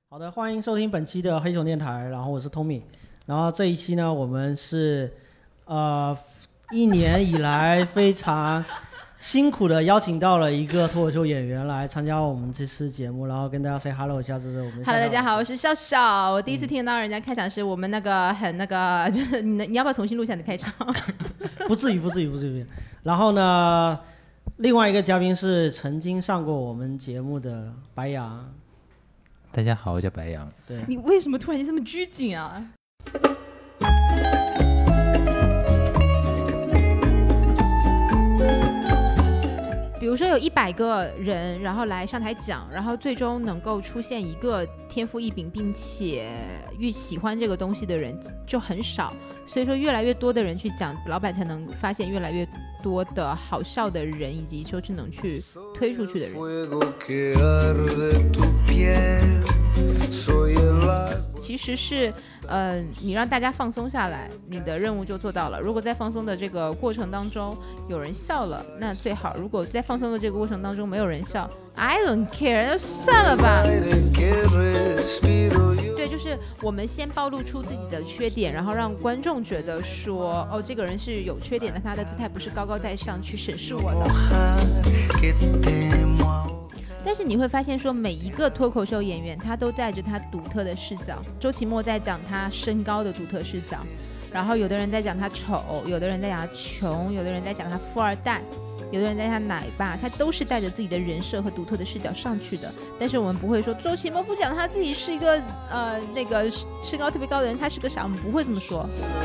好的，欢迎收听本期的黑熊电台，然后我是 Tommy， 然后这一期呢，我们是一年以来非常辛苦的邀请到了一个脱口秀演员来参加我们这次节目，然后跟大家 say hello 一下，这是我们。 Hello， 大家好，我是笑笑。我第一次听到人家开场是我们那个很那个，就是你要不要重新录一下你的开场？ 不至于。然后呢，另外一个嘉宾是曾经上过我们节目的白羊。 大家好，我叫白羊。 对， 你为什么突然间这么拘谨啊？比如说有100个人，然后来上台讲，然后最终能够出现一个天赋异禀并且越喜欢这个东西的人就很少，所以说越来越多的人去讲，老板才能发现越来越多的好笑的人，以及就是能去推出去的人。其实是你让大家放松下来，你的任务就做到了。如果在放松的这个过程当中有人笑了，那最好；如果在放松的这个过程当中没有人笑 ，I don't care， 那算了吧。对，就是我们先暴露出自己的缺点，然后让观众觉得说，哦，这个人是有缺点的，他的姿态不是高高在上去审视我的。但是你会发现说，每一个脱口秀演员他都带着他独特的视角。周奇墨在讲他身高的独特视角，然后有的人在讲他丑，有的人在讲他穷，有的人在讲他富二代，有的人在讲他奶爸，他都是带着自己的人设和独特的视角上去的。但是我们不会说周奇墨不讲他自己是一个那个身高特别高的人，他是个傻，我们不会这么说。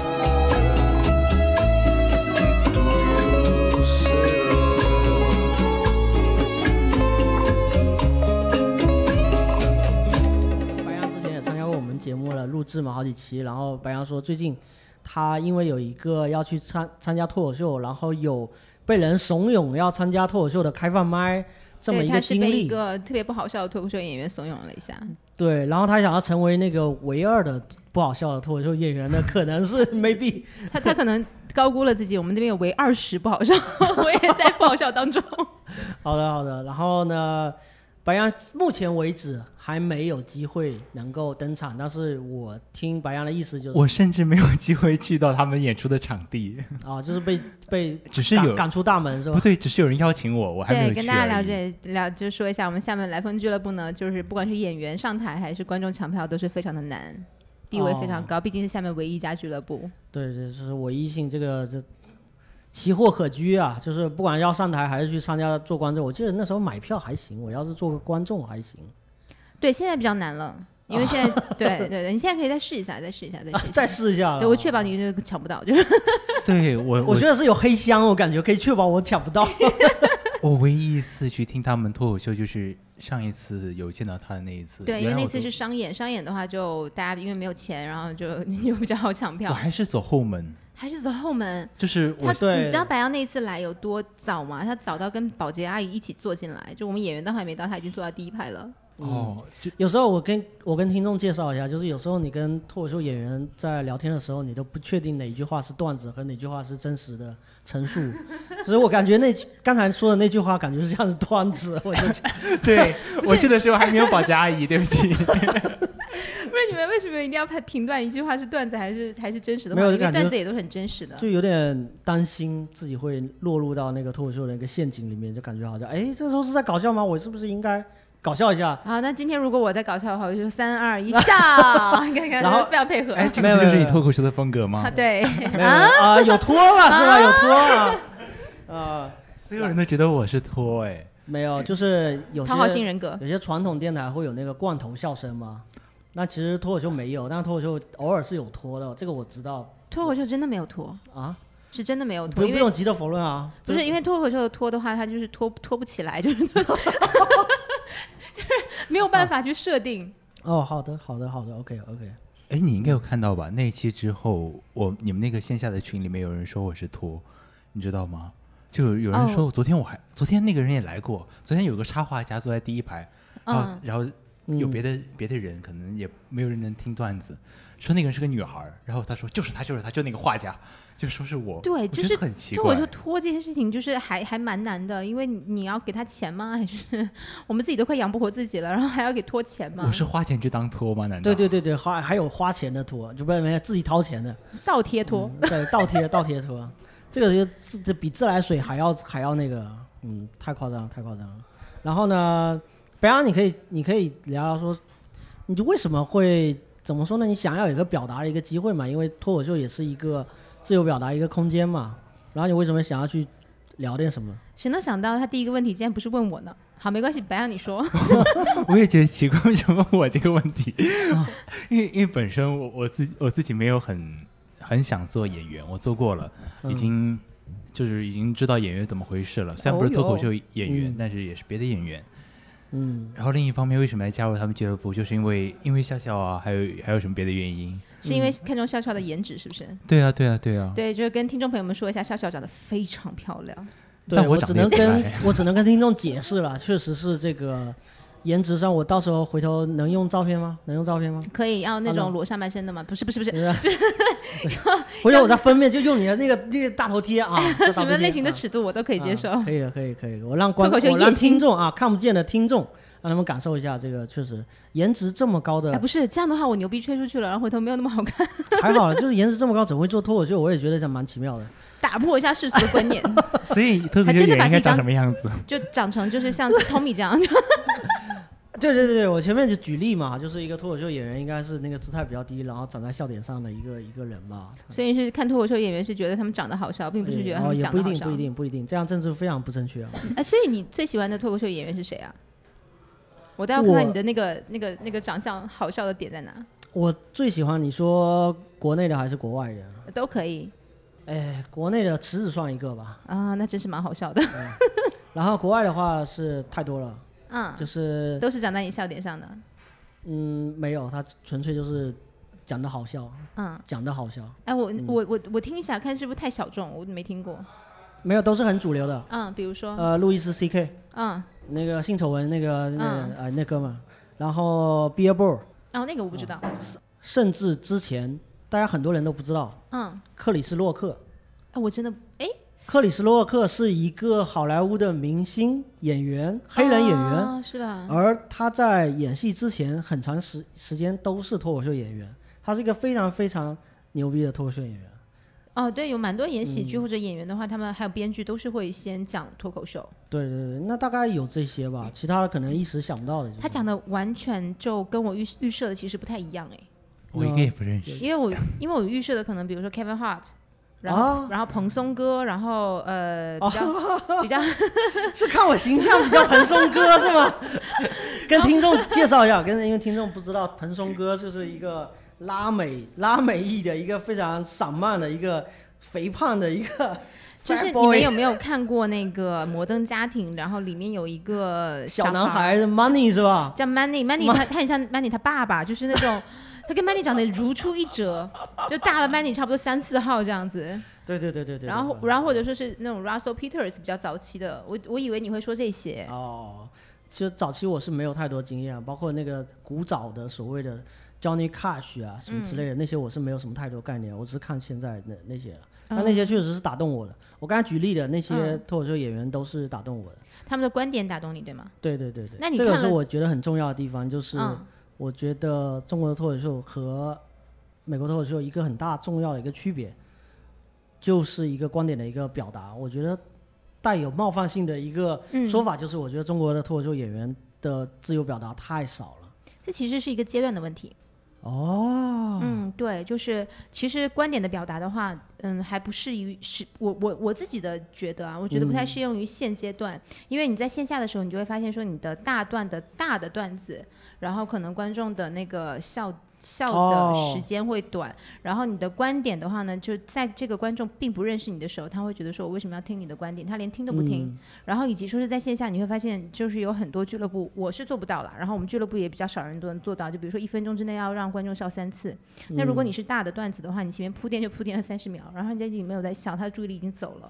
节目了录制嘛好几期，然后白羊说最近他因为有一个要去参加脱口秀，然后有被人怂恿要参加脱口秀的开放麦这么一个经历。 对，他是被一个特别不好笑的脱口秀演员怂恿了一下。 对，然后他想要成为那个唯二的不好笑的脱口秀演员的可能是 maybe 他可能高估了自己，我们这边有唯20不好笑，我也在不好笑当中。 好的，然后呢，白羊目前为止还没有机会能够登场，但是我听白羊的意思就是， 我甚至没有机会去到他们演出的场地。 就是被只是有赶出大门是吧？ 不对，只是有人邀请我，我还没有去。 对，跟大家就说一下，我们厦门来风俱乐部呢，就是不管是演员上台还是观众抢票，都是非常的难，地位非常高，毕竟是厦门唯一一家俱乐部。对， 就是唯一性这奇货可居啊，就是不管要上台还是去参加做观众，我记得那时候买票还行，我要是做个观众还行。对， 现在比较难了，因为现在对，你现在可以再试一下。 再试一下。 对，我确保你这个抢不到，就是。 对我觉得是有黑箱，我感觉可以确保我抢不到。 我唯一一次去听他们脱口秀就是上一次有见到他的那一次。 对，因为那次是商演的话就大家因为没有钱，然后就比较好抢票。 我还是走后门。就是你知道白羊那一次来有多早吗？他早到跟保洁阿姨一起坐进来，就我们演员都还没到，他已经坐在第一排了。 有时候我跟听众介绍一下，就是有时候你跟脱口秀演员在聊天的时候，你都不确定哪一句话是段子和哪句话是真实的陈述，所以我感觉刚才说的那句话感觉像是段子，我就对，我去的时候还没有保洁阿姨，对不起。 不是你们为什么一定要评断一句话是段子还是真实的话？因为段子也都很真实的， 就有点担心自己会落入到那个脱口秀的那个陷阱里面，就感觉好像这时候是在搞笑吗？我是不是应该搞笑一下？ 好，那今天如果我在搞笑的话，我就3、2、1笑，你看，然后非常配合。 这个不就是你脱口秀的风格吗？ 对有托吧是吧？有托所有人都觉得我是托没有，就是有些讨好型人格， 有些传统电台会有那个罐头笑声嘛。那其实脱口秀没有，但是脱口秀偶尔是有拖的，这个我知道。 脱口秀真的没有拖啊？ 是真的没有拖， 不用急着否认啊。 不是因为脱口秀的拖的话，它就是拖不起来，就是没有办法去设定。 好的 ，OK。 你应该有看到吧？那一期之后，你们那个线下的群里面有人说我是拖，你知道吗？就有人说昨天那个人也来过，昨天有个插画家坐在第一排，然后有别的人可能也没有人能听段子，说那个人是个女孩，然后他说就是他就那个画家， 就说是我， 对，就是我觉得很奇怪。 就我说拖这件事情就是还蛮难的，因为你要给他钱吗？还是我们自己都快养不活自己了，然后还要给拖钱吗？ 我是花钱去当拖吗？难道？ 对，还有花钱的拖，就不是没有自己掏钱的倒贴拖， 对，倒贴拖，这个这比自来水还要那个，太夸张了。然后呢，白羊，你可以聊聊说，你就为什么会怎么说呢？你想要有一个表达的一个机会嘛，因为脱口秀也是一个自由表达一个空间嘛。然后你为什么想要去聊点什么？ 谁能想到他第一个问题竟然不是问我呢？好，没关系，白羊你说。 我也觉得奇怪，为什么问我这个问题？因为本身我自己没有很想做演员，我做过了，已经知道演员怎么回事了。虽然不是脱口秀演员，但是也是别的演员。然后另一方面，为什么要加入他们俱乐部？就是因为笑笑啊，还有什么别的原因？ 是因为看中笑笑的颜值，是不是？ 对啊。 对，就是跟听众朋友们说一下，笑笑长得非常漂亮。 对， 我只能跟听众解释了，确实是这个颜值上，我到时候回头能用照片吗？ 可以，要那种裸上半身的吗？不是， 回头我再分辨，就用你的那个大头贴啊， 什么类型的尺度我都可以接受。 可以，我让听众啊，看不见的听众，让他们感受一下这个确实颜值这么高的。 不是这样的话，我牛逼吹出去了，然后回头没有那么好看。还好了，就是颜值这么高，怎么会做脱口秀？我也觉得蛮奇妙的。 打破一下世俗的观念。 所以脱口秀演员应该长什么样子？ 就长成就是像 Tommy 这样。 对，我前面就举例嘛，就是一个脱口秀演员应该是那个姿态比较低，然后长在笑点上的一个人嘛。 所以是看脱口秀演员是觉得他们长得好笑，并不是觉得他们讲得好笑。 也不一定，这样政治非常不正确啊。 所以你最喜欢的脱口秀演员是谁啊？我倒要看看你的那个长相好笑的点在哪。 我最喜欢你说国内的还是国外的？ 都可以。 国内的池子算一个吧。 啊，那真是蛮好笑的。 然后国外的话是太多了。就是都是讲在你笑点上的。 没有，他纯粹就是讲的好笑。讲的好笑。 我听一下，看是不是太小众，我没听过。 没有，都是很主流的。 比如说路易斯 CK。那个性丑闻那哥们，然后 Billboard。 那个我不知道。 甚至之前大家很多人都不知道。克里斯洛克。 我真的克里斯洛克是一个好莱坞的明星演员，黑人演员。 是吧？ 而他在演戏之前很长时间都是脱口秀演员，他是一个非常非常牛逼的脱口秀演员。 对，有蛮多演喜剧或者演员的话，他们还有编剧都是会先讲脱口秀。 对，那大概有这些吧，其他的可能一时想不到的。 他讲的完全就跟我预设的其实不太一样。 我一个也不认识。 因为我预设的可能比如说 Kevin Hart。然后蓬松哥，然后比较是看我形象比较蓬松哥是吗？跟听众介绍一下，因为听众不知道，蓬松哥就是一个拉美裔的一个非常散漫的一个肥胖的一个。 就是你们有没有看过那个《摩登家庭》？然后里面有一个小男孩 Money 是吧？ 叫 Money 他很像 Money 他爸爸，就是那种。他跟 Manny 长得如出一辙，就大了 Manny 差不多3、4号这样子。 对。 然后或者说是那种 Russell Peters 比较早期的，我以为你会说这些。 其实早期我是没有太多经验，包括那个古早的所谓的 Johnny Cash 啊什么之类的，那些我是没有什么太多概念，我只是看现在那些了。那些确实是打动我的。我刚才举例的那些脱口秀演员都是打动我的。 他们的观点打动你，对吗？ 对。 那你这个是我觉得很重要的地方，就是。我觉得中国的脱口秀和美国脱口秀一个很大重要的一个区别，就是一个观点的一个表达。我觉得带有冒犯性的一个说法就是，我觉得中国的脱口秀演员的自由表达太少了。 这其实是一个阶段的问题。对，就是其实观点的表达的话，还不适于我自己的觉得啊，我觉得不太适用于现阶段，因为你在线下的时候，你就会发现说你的大的段子，然后可能观众的那个笑的时间会短，然后你的观点的话呢，就在这个观众并不认识你的时候，他会觉得说我为什么要听你的观点，他连听都不听。然后以及说是在线下你会发现就是有很多俱乐部我是做不到了，然后我们俱乐部也比较少人都能做到，就比如说1分钟之内要让观众笑3次。那如果你是大的段子的话，你前面铺垫就铺垫了30秒，然后人家已经没有在笑，他的注意力已经走了，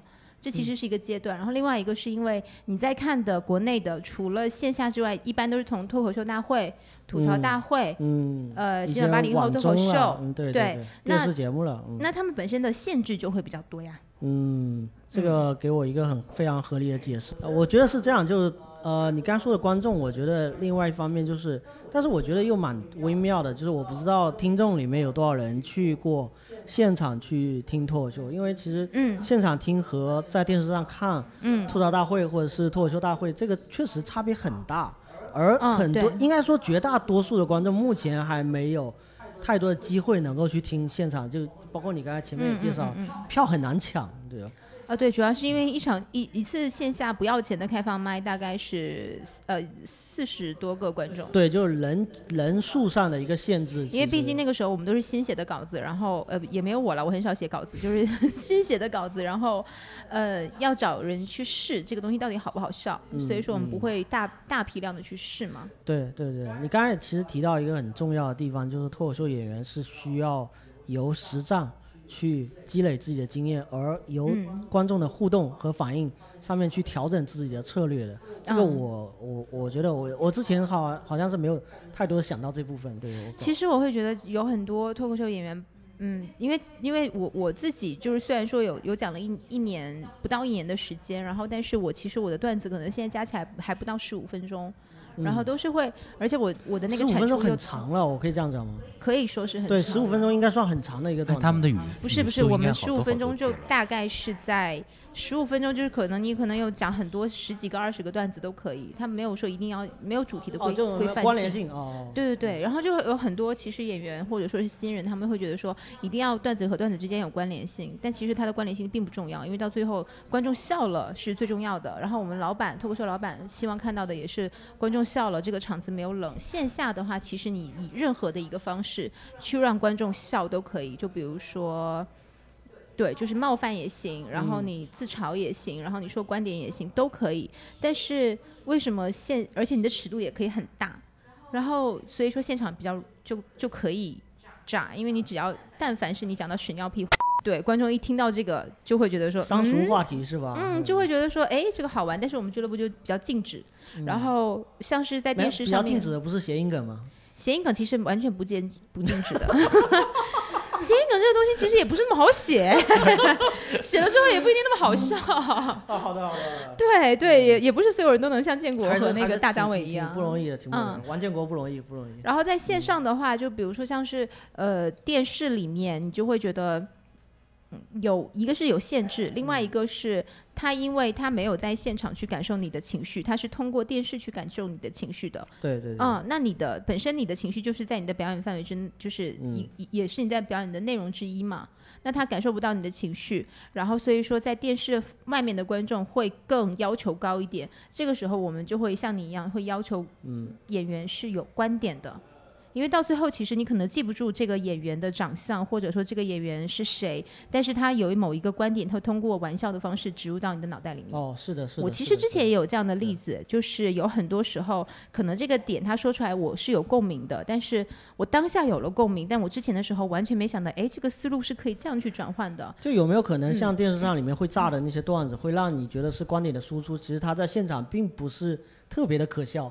这其实是一个阶段。然后另外一个是因为你在看的国内的，除了线下之外，一般都是从脱口秀大会、吐槽大会，基本80后脱口秀， 对， 那电视节目了， 那他们本身的限制就会比较多呀。 这个给我一个非常合理的解释。我觉得是这样，就是你刚说的观众，我觉得另外一方面就是，但是我觉得又蛮微妙的，就是我不知道听众里面有多少人去过现场去听脱口秀，因为其实现场听和在电视上看吐槽大会或者是脱口秀大会，这个确实差别很大，而很多应该说绝大多数的观众目前还没有太多的机会能够去听现场，就包括你刚才前面也介绍，票很难抢，对吧？ 对，主要是因为一次线下不要钱的开放麦大概是40多个观众， 对，就是人数上的一个限制。 因为毕竟那个时候我们都是新写的稿子，然后也没有我了，我很少写稿子，就是新写的稿子，然后要找人去试这个东西到底好不好笑，所以说我们不会大批量的去试嘛。 对，你刚才其实提到一个很重要的地方，就是脱口秀演员是需要由实战去积累自己的经验，而由观众的互动和反应上面去调整自己的策略的。这个我觉得我之前好像是没有太多想到这部分。对， 其实我会觉得有很多脱口秀演员，因为我自己就是虽然说有讲了不到一年的时间，然后但是其实我的段子可能现在加起来还不到15分钟。然后都是会，而且我的那个 15分钟很长了，我可以这样讲吗？ 可以说是很长。 对，15分钟应该算很长的一个段子。 他们的不是，我们15分钟就大概是在15分钟，就是你可能有讲很多10几个20个段子都可以，他没有说一定要没有主题的规范性。 关联性对，然后就有很多其实演员或者说是新人，他们会觉得说一定要段子和段子之间有关联性，但其实它的关联性并不重要，因为到最后观众笑了是最重要的。然后我们脱口秀老板希望看到的也是观众笑了，这个场子没有冷。线下的话，其实你以任何的一个方式去让观众笑都可以，就比如说对，就是冒犯也行，然后你自嘲也行，然后你说观点也行，都可以。但是为什么而且你的尺度也可以很大，然后所以说现场比较就可以炸，因为你但凡是你讲到屎尿屁，对，观众一听到这个就会觉得说商俗话题是吧？ 就会觉得说这个好玩，但是我们俱乐部就比较禁止。然后像是在电视上面比较禁止的不是谐音梗吗？ 谐音梗其实完全不禁止的。谐音梗这个东西其实也不是那么好写，写了之后也不一定那么好笑。 好的。 对，也不是所有人都能像建国和那个大张伟一样， 挺不容易的，玩建国不容易。 然后在线上的话，就比如说像是电视里面，你就会觉得一个是有限制，另外一个是因为他没有在现场去感受你的情绪，他是通过电视去感受你的情绪的。 对。 那本身你的情绪就是在你的表演范围之，就是也是你在表演的内容之一嘛。那他感受不到你的情绪，然后所以说在电视外面的观众会更要求高一点。这个时候我们就会像你一样，会要求演员是有观点的。因为到最后其实你可能记不住这个演员的长相，或者说这个演员是谁，但是他有某一个观点，他会通过玩笑的方式植入到你的脑袋里面。 是的。 我其实之前也有这样的例子，就是有很多时候可能这个点他说出来我是有共鸣的，但是我当下有了共鸣，但我之前的时候完全没想到这个思路是可以这样去转换的。 就有没有可能像电视上里面会炸的那些段子，会让你觉得是观点的输出，其实他在现场并不是特别的可笑？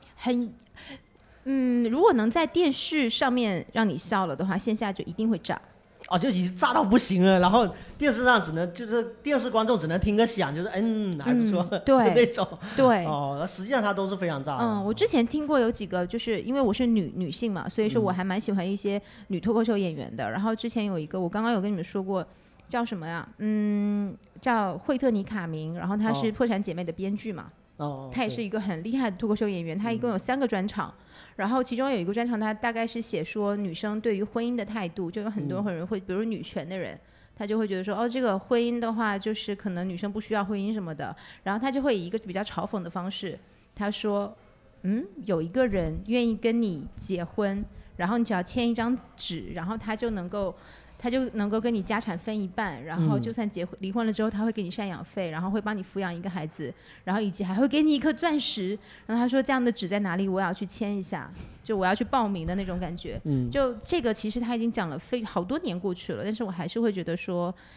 如果能在电视上面让你笑了的话，线下就一定会炸。 就已经炸到不行了，然后电视上就是电视观众只能听个响，就是还不错， 对那种。 对。 实际上它都是非常炸的。 我之前听过有几个，就是因为我是女性嘛，所以说我还蛮喜欢一些女脱口秀演员的。然后之前有一个，我刚刚有跟你们说过，叫什么呀？叫惠特尼卡明，然后她是《破产姐妹》的编剧嘛。他也是一个很厉害的脱口秀演员，他一共有3个专场，然后其中有一个专场他大概是写说女生对于婚姻的态度，就有很多人会比如女权的人，他就会觉得说这个婚姻的话就是可能女生不需要婚姻什么的，然后他就会以一个比较嘲讽的方式，他说有一个人愿意跟你结婚，然后你只要签一张纸，然后他就能够跟你家产分一半，然后就算离婚了之后他会给你赡养费，然后会帮你抚养一个孩子，然后以及还会给你一颗钻石，然后他说这样的纸在哪里，我也要去签一下，就我要去报名的那种感觉。就这个其实他已经讲了好多年过去了，但是我还是会觉得说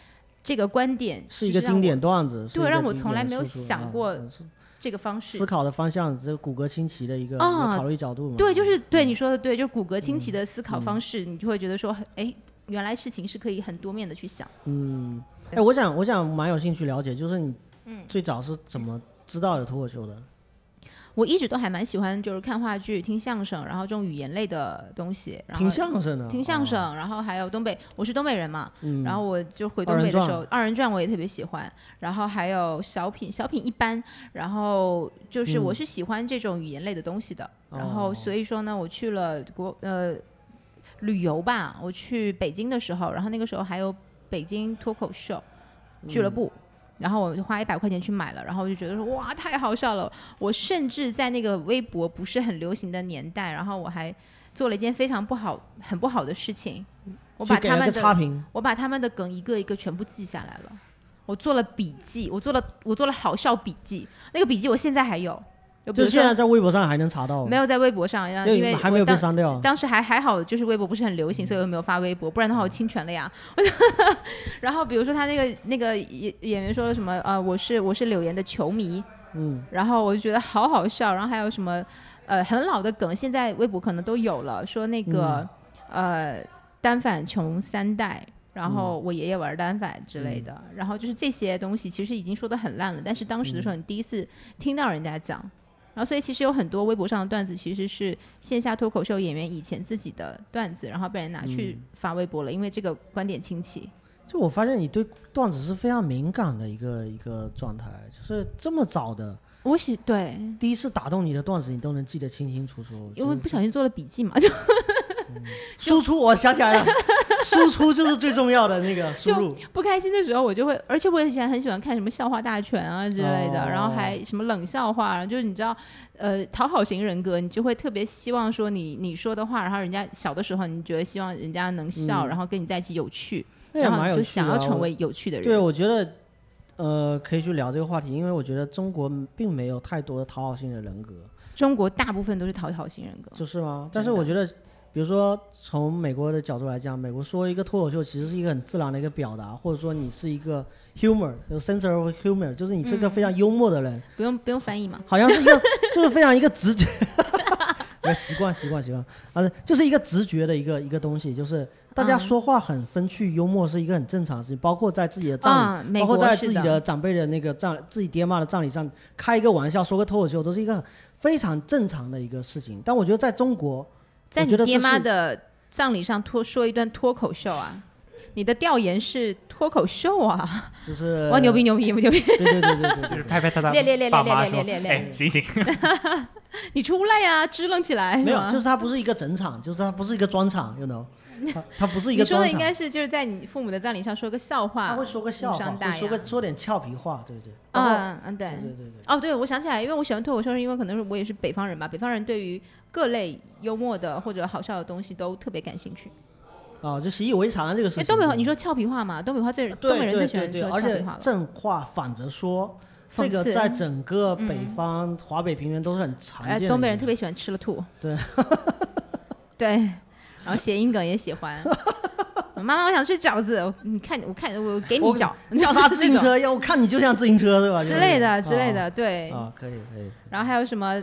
这个观点是一个经典段子， 对，让我从来没有想过这个方式思考的方向，这个骨骼清奇的一个考虑角度嘛。 对，就是对你说的对，就是骨骼清奇的思考方式，你就会觉得说，哎，原来事情是可以很多面的去想。 我想蛮有兴趣了解，就是你最早是怎么知道有脱口秀的？ 我一直都还蛮喜欢，就是看话剧、听相声，然后这种语言类的东西。然后听相声呢？ 听相声，然后还有东北，我是东北人嘛，然后我就回东北的时候，二人转我也特别喜欢。然后还有小品一般，然后就是我是喜欢这种语言类的东西的。然后所以说呢，我去了旅游吧，我去北京的时候，然后那个时候还有北京脱口秀俱乐部。然后我就花100块钱去买了，然后我就觉得说哇太好笑了。我甚至在那个微博不是很流行的年代，然后我还做了一件非常很不好的事情，我把他们的梗一个一个全部记下来了。我做了笔记，我做了好笑笔记，那个笔记我现在还有。 就现在在微博上还能查到？ 没有在微博上，因为还没有被删掉。 当时还好，就是微博不是很流行，所以我没有发微博，不然的话我侵权了呀。然后比如说他那个演员说了什么我是柳岩的球迷，然后我就觉得好好笑。然后还有什么很老的梗，现在微博可能都有了，说那个单反穷3代。然后我爷爷玩单反之类的，然后就是这些东西其实已经说得很烂了，但是当时的时候你第一次听到人家讲。然后所以其实有很多微博上的段子其实是线下脱口秀演员以前自己的段子，然后被人拿去发微博了，因为这个观点清奇。 就我发现你对段子是非常敏感的一个状态，就是这么早的对第一次打动你的段子你都能记得清清楚楚， 因为不小心做了笔记嘛，就输出。我想起来了，输出就是最重要的那个输入。 不开心的时候我就会，而且我以前很喜欢看什么笑话大全啊之类的，然后还什么冷笑话，就是你知道讨好型人格，你就会特别希望说你说的话，然后人家小的时候你觉得希望人家能笑，然后跟你在一起有趣，然后就想要成为有趣的人。 对，我觉得可以去聊这个话题，因为我觉得中国并没有太多的讨好性的人格， 中国大部分都是讨好型人格。 就是吗？但是我觉得比如说从美国的角度来讲，美国说一个脱口秀其实是一个很自然的一个表达，或者说你是一个 humor， 有 sense of humor， 就是你是一个非常幽默的人。 不用翻译嘛？ 好像是一个就是非常一个直觉习惯就是一个直觉的一个东西，就是大家说话很风趣幽默是一个很正常的事情，包括在自己的葬礼，包括在自己的长辈的那个自己爹妈的葬礼上开一个玩笑说个脱口秀都是一个非常正常的一个事情。但我觉得在中国， 在你爹妈的葬礼上说一段脱口秀啊，你的调研是脱口秀啊， 就是哇牛逼，对， 就是拍他练， 哎行， 你出来呀，支棱起来。 没有，就是它不是一个整场，就是它不是一个专场 you know， 它不是一个专场。你说的应该是就是在你父母的葬礼上说个笑话， 他会说个笑话，会说点俏皮话，对对。 对。对，我想起来，因为我喜欢脱口秀，是因为可能是我也是北方人吧，北方人对于各类幽默的或者好笑的东西都特别感兴趣。 就习以为常这个事情。 东北话你说俏皮话嘛，东北人最喜欢说俏皮话了。 而且正话反着说，这个在整个北方、华北平原都是很常见的。 东北人特别喜欢吃了吐。 对。 对，然后谐音梗也喜欢。妈妈，我想吃饺子，我给你饺， 叫他自行车，我看你就像自行车是吧？ 之类的，对。 可以。 然后还有什么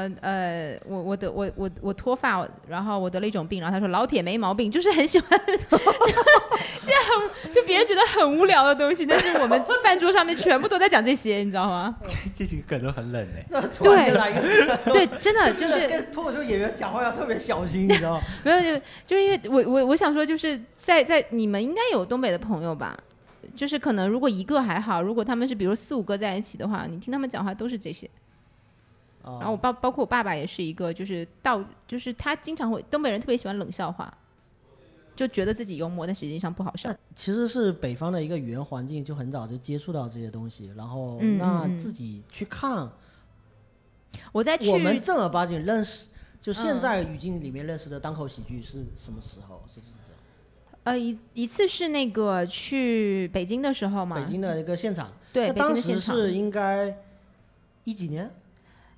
我脱发，然后我得了一种病，然后他说老铁没毛病，就是很喜欢这样，就别人觉得很无聊的东西，但是我们饭桌上面全部都在讲这些，你知道吗？ 这几个梗都很冷哎。 对，真的就是跟脱口秀演员讲话要特别小心，你知道吗？ 没有，就是因为我想说，就是在你们应该有东北的朋友吧，就是可能如果一个还好，如果他们是比如4-5个在一起的话，你听他们讲话都是这些。然后包括我爸爸也是一个，就是他经常会，东北人特别喜欢冷笑话，就觉得自己幽默，但实际上不好笑。 其实是北方的一个语言环境，就很早就接触到这些东西，然后那自己去看。我们正儿八经认识，就现在语境里面认识的单口喜剧是什么时候？是不是这样？一次是那个去北京的时候嘛， 北京的一个现场。 对， 当时是应该10几年。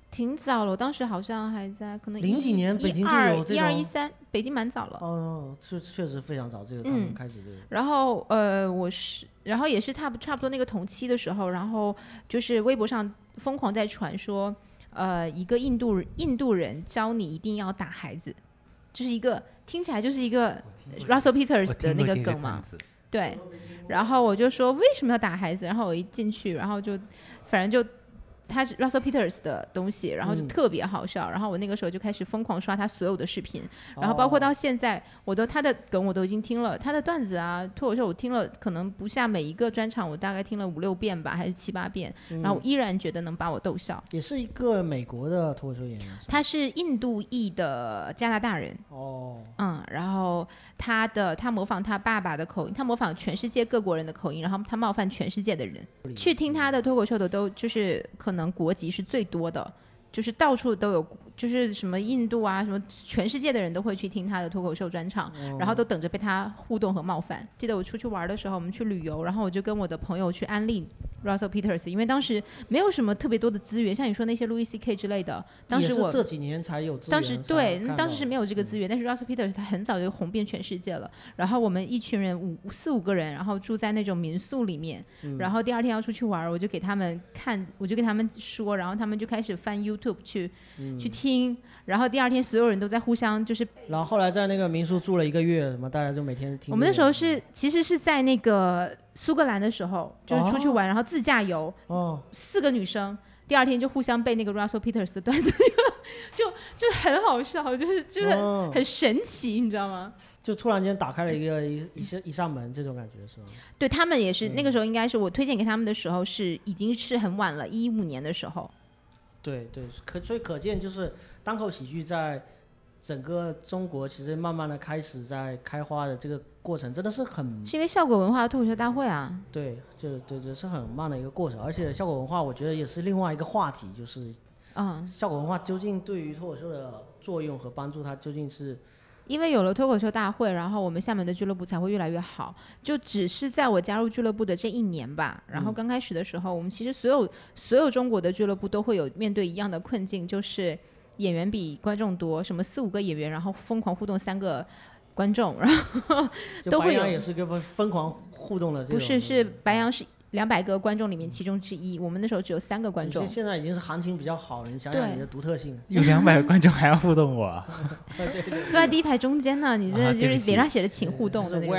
挺早了，我当时好像还在可能零几年北京就有这种 12、13，北京蛮早了。 哦，确实非常早，这个他们开始这个。 然后然后也是差不多那个同期的时候，然后就是微博上疯狂在传说，一个印度人教你一定要打孩子，就是一个听起来就是一个 Russell Peters 的那个梗嘛，对。然后我就说为什么要打孩子？然后我一进去，然后就反正就。他是 Russell Peters 的东西，然后就特别好笑，然后我那个时候就开始疯狂刷他所有的视频，然后包括到现在，他的梗我都已经听了，他的段子啊脱口秀我听了，可能不下每一个专场我大概听了5、6遍吧，还是7、8遍，然后我依然觉得能把我逗笑。 也是一个美国的脱口秀演员， 他是印度裔的加拿大人。然后他模仿他爸爸的口音，他模仿全世界各国人的口音，然后他冒犯全世界的人。去听他的脱口秀的都就是可能国籍是最多的，就是到处都有，就是什么印度啊，什么全世界的人都会去听他的脱口秀专场，然后都等着被他互动和冒犯。记得我出去玩的时候，我们去旅游，然后我就跟我的朋友去安利 Russell Peters， 因为当时没有什么特别多的资源，像你说那些 Louis C.K. 之类的，当时我也是这几年才有资源。 当时是没有这个资源，但是 Russell Peters 他很早就红遍全世界了。然后我们一群人4、5个人，然后住在那种民宿里面，然后第二天要出去玩，我就给他们看，我就跟他们说，然后他们就开始翻 YouTube 去听，然后第二天所有人都在互相就是。 然后后来在那个民宿住了1个月，什么大家就每天听。 我们那时候其实是在那个苏格兰的时候，就是出去玩，然后自驾游，4个女生，第二天就互相背那个 Russell Peters 的段子，就很好笑，就是很神奇，你知道吗？ 就突然间打开了一扇门，这种感觉是吗？ 对，他们也是那个时候，应该是我推荐给他们的时候已经是很晚了，15年的时候。 对，所以可见就是单口喜剧在整个中国其实慢慢的开始在开花的这个过程，真的是因为效果文化的脱口秀大会啊。 对，是很慢的一个过程，而且效果文化我觉得也是另外一个话题，就是效果文化究竟对于脱口秀的作用和帮助，它究竟是。 因为有了脱口秀大会，然后我们厦门的俱乐部才会越来越好。就只是在我加入俱乐部的这1年吧，然后刚开始的时候，我们其实所有中国的俱乐部都会有面对一样的困境，就是演员比观众多，什么4、5个演员，然后疯狂互动3个观众，然后都会有。 白羊也是个疯狂互动的这种。 不是，是白羊是200个观众里面其中之一，我们那时候只有3个观众。 现在已经是行情比较好了，你想想你的独特性。 有200个观众还要互动我？ 对， 坐在第一排中间呢，你真的就是脸上写着请互动的那种。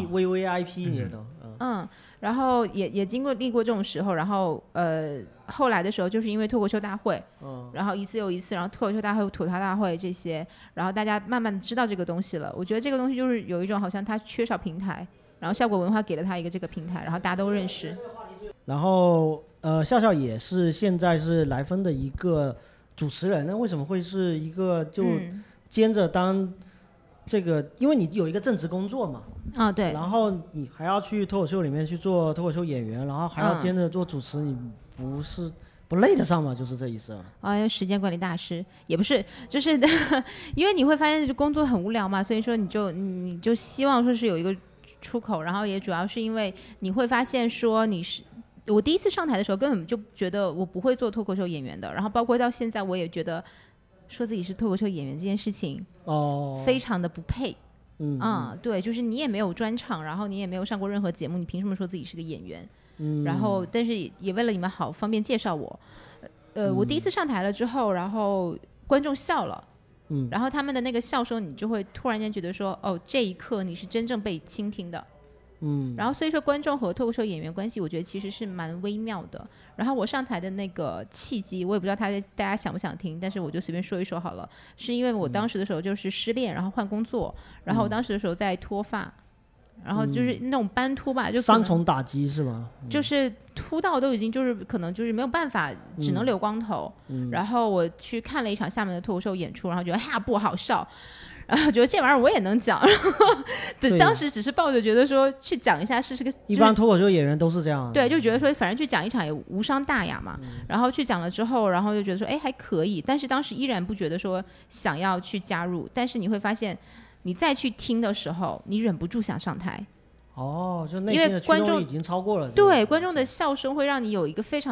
VVIP 你都。 然后也经历过这种时候，然后后来的时候就是因为脱口秀大会，然后一次又一次，然后脱口秀大会、吐槽大会这些，然后大家慢慢的知道这个东西了。我觉得这个东西就是有一种好像它缺少平台。然后效果文化给了他一个这个平台，然后大家都认识。 然后笑笑也是现在是来分的一个主持人，那为什么会是一个就兼着当这个？因为你有一个正职工作嘛， 对。 然后你还要去脱口秀里面去做脱口秀演员，然后还要兼着做主持，你不累得上吗？就是这意思。 时间管理大师也不是，就是因为你会发现工作很无聊嘛，所以说你就希望说是有一个出口，然后也主要是因为你会发现说我第一次上台的时候根本就觉得我不会做脱口秀演员的，然后包括到现在我也觉得说自己是脱口秀演员这件事情非常的不配。对，就是你也没有专场，然后你也没有上过任何节目，你凭什么说自己是个演员？然后但是也为了你们好方便介绍我。我第一次上台了之后，然后观众笑了。然后他们的那个笑声，你就会突然间觉得说，这一刻你是真正被倾听的。然后所以说观众和脱口秀演员关系，我觉得其实是蛮微妙的。然后我上台的那个契机，我也不知道大家想不想听，但是我就随便说一说好了。是因为我当时的时候就是失恋，然后换工作，然后我当时的时候在脱发。然后就是那种斑秃吧，就 3重打击是吗？ 就是秃到都已经就是可能就是没有办法，只能留光头。然后我去看了一场厦门的脱口秀演出，然后觉得不好笑，然后觉得这玩意儿我也能讲。对，当时只是抱着觉得说去讲一下是个， 一般脱口秀演员都是这样。 对，就觉得说反正去讲一场也无伤大雅嘛。然后去讲了之后，然后就觉得说还可以，但是当时依然不觉得说想要去加入。但是你会发现。你再去听的时候，你忍不住想上台。 就内心的驱动力已经超过了。 对，观众的笑声会让你有一个非常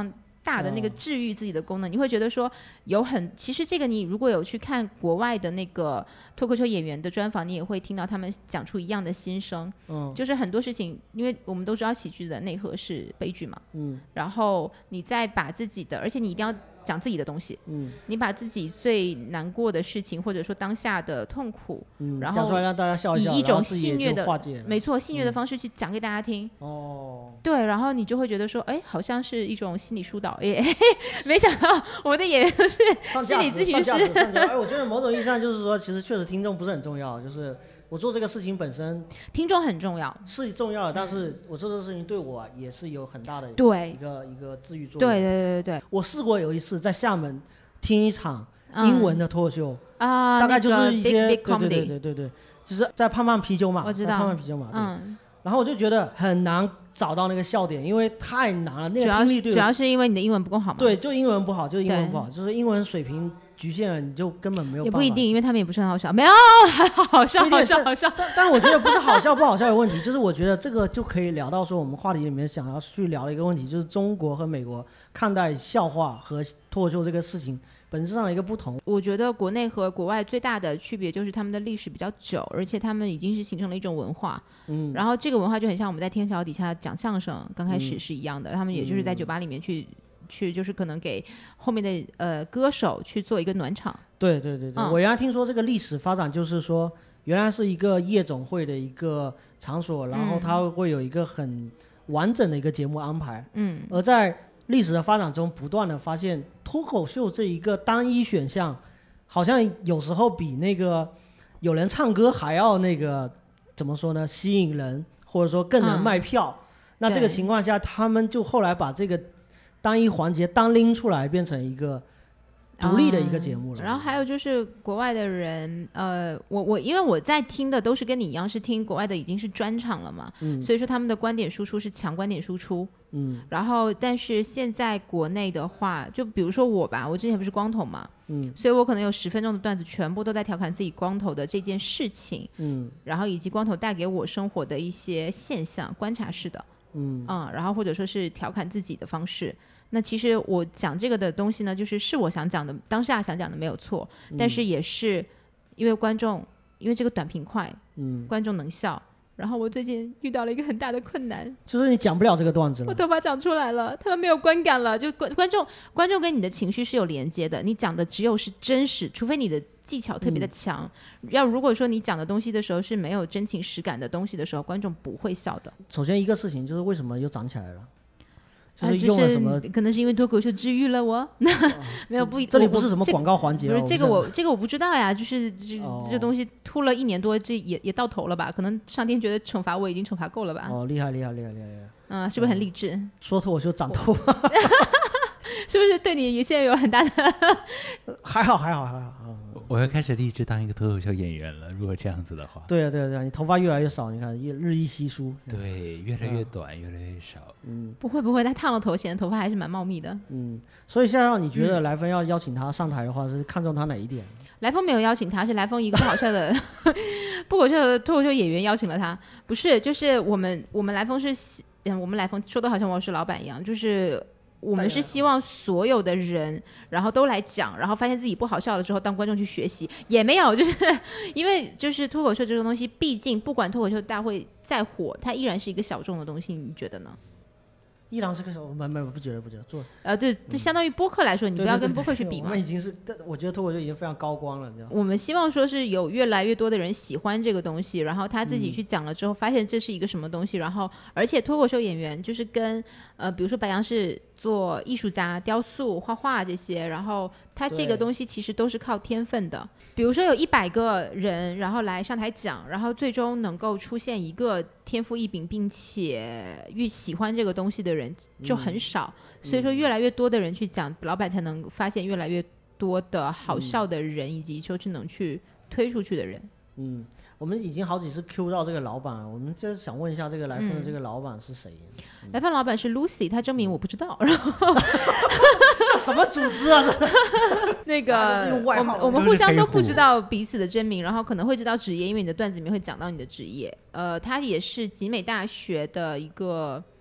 大的那个治愈自己的功能，你会觉得说其实这个你如果有去看国外的那个脱口秀演员的专访，你也会听到他们讲出一样的心声。就是很多事情，因为我们都知道喜剧的内核是悲剧嘛，然后你再把自己的，而且你一定要讲自己的东西，你把自己最难过的事情或者说当下的痛苦，然后讲出来让大家笑一笑， 以一种戏谑的化解， 没错，戏谑的方式去讲给大家听。对，然后你就会觉得说，哎，好像是一种心理疏导。没想到我们的演员都是心理咨询师。 我觉得某种意义上就是说，其实确实听众不是很重要，就是我做这个事情本身， 听众很重要， 是重要的，但是我做这个事情对我也是有很大的一个治愈作用。 对， 我试过有一次在厦门听一场英文的脱口秀大概就是一些 big comedy， 对，就是在胖胖啤酒马， 我知道胖胖啤酒马，然后我就觉得很难找到那个笑点，因为太难了，那个听力对我主要是因为你的英文不够好嘛。 对，就英文不好，就是英文水平局限了，你就根本没有办法。 也不一定，因为他们也不是很好笑，没有，还好笑。 但我觉得不是好笑不好笑的问题，就是我觉得这个就可以聊到说我们话题里面想要去聊的一个问题，就是中国和美国看待笑话和脱口秀这个事情本质上的一个不同。 我觉得国内和国外最大的区别就是他们的历史比较久，而且他们已经是形成了一种文化。然后这个文化就很像我们在天桥底下讲相声刚开始是一样的，他们也就是在酒吧里面去就是可能给后面的歌手去做一个暖场。 对，我原来听说这个历史发展就是说原来是一个夜总会的一个场所，然后它会有一个很完整的一个节目安排。而在历史的发展中不断的发现脱口秀这一个单一选项好像有时候比那个有人唱歌还要那个怎么说呢，吸引人，或者说更能卖票。那这个情况下他们就后来把这个单一环节单拎出来变成一个独立的一个节目了。 然后还有就是国外的人我因为我在听的都是跟你一样是听国外的已经是专场了嘛，所以说他们的观点输出是强观点输出。然后但是现在国内的话，就比如说我吧，我之前不是光头嘛，所以我可能有10分钟的段子全部都在调侃自己光头的这件事情，然后以及光头带给我生活的一些现象，观察式的，然后或者说是调侃自己的方式。那其实我讲这个的东西呢，是我想讲的，当下想讲的没有错，但是也是因为观众，因为这个短平快，观众能笑。然后我最近遇到了一个很大的困难， 就是你讲不了这个段子了， 我头发长出来了，他们没有观感了，就观众跟你的情绪是有连接的，你讲的只有是真实，除非你的技巧特别的强，如果说你讲的东西的时候是没有真情实感的东西的时候，观众不会笑的。 首先一个事情就是为什么又长起来了，就是用了什么， 可能是因为脱口秀治愈了我。没有， 这里不是什么广告环节， 不是这个我不知道呀，就是这东西秃了1年多，这也到头了吧？可能上天觉得惩罚我已经惩罚够了吧？ 厉害， 是不是很励志？ 说脱口秀长头发， 是不是对你现在有很大的？ 还好。 我要开始立志当一个脱口秀演员了，如果这样子的话。 对啊，你头发越来越少，你看日益稀疏。 对，越来越短，越来越少。 不会，他烫了头，显得头发还是蛮茂密的。 所以现在让你觉得来风要邀请他上台的话，是看中他哪一点？ 来风没有邀请他，是来风一个不好笑的不好笑的脱口秀演员邀请了他。不是，就是我们来风是我们来风说的好像我是老板一样，就是我们是希望所有的人然后都来讲，然后发现自己不好笑了之后当观众去学习，也没有，就是因为就是脱口秀这个东西，毕竟不管脱口秀大会再火，它依然是一个小众的东西，你觉得呢？ 依然是个小，不觉得做对，这相当于播客来说，你不要跟播客去比嘛。 我们已经是，我觉得脱口秀已经非常高光了，你知道吗？ 我们希望说是有越来越多的人喜欢这个东西，然后他自己去讲了之后，发现这是一个什么东西，然后而且脱口秀演员就是跟比如说白杨是做艺术家、雕塑、画画这些，然后他这个东西其实都是靠天分的。比如说有100个人，然后来上台讲，然后最终能够出现一个天赋异禀并且越喜欢这个东西的人就很少，所以说越来越多的人去讲，老板才能发现越来越多的好笑的人，以及就是能去推出去的人。 我们已经好几次 Q 到这个老板了，我们就想问一下这个来风的这个老板是谁？ 来风老板是 Lucy， 他真名我不知道。然后什么组织啊？ 那个我们互相都不知道彼此的真名，然后可能会知道职业，因为你的段子里面会讲到你的职业。他也是集美大学的一个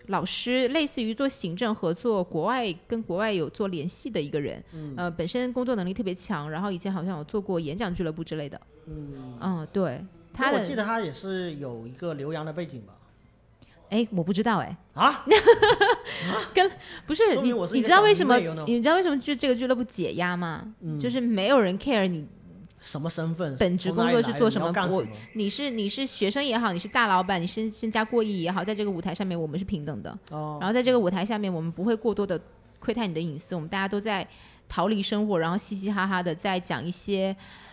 老师，类似于做行政合作，跟国外有做联系的一个人，本身工作能力特别强，然后以前好像有做过演讲俱乐部之类的，对， 我记得他也是有一个留洋的背景吧？ 哎，我不知道哎。 啊？ 不是你知道为什么就这个俱乐部解压吗？就是没有人 care 你什么身份， 本职工作是做什么。你是学生也好，你是大老板，你是身家过亿也好，在这个舞台上面我们是平等的。然后在这个舞台下面，我们不会过多的窥探你的隐私，我们大家都在逃离生活，然后嘻嘻哈哈的在讲一些。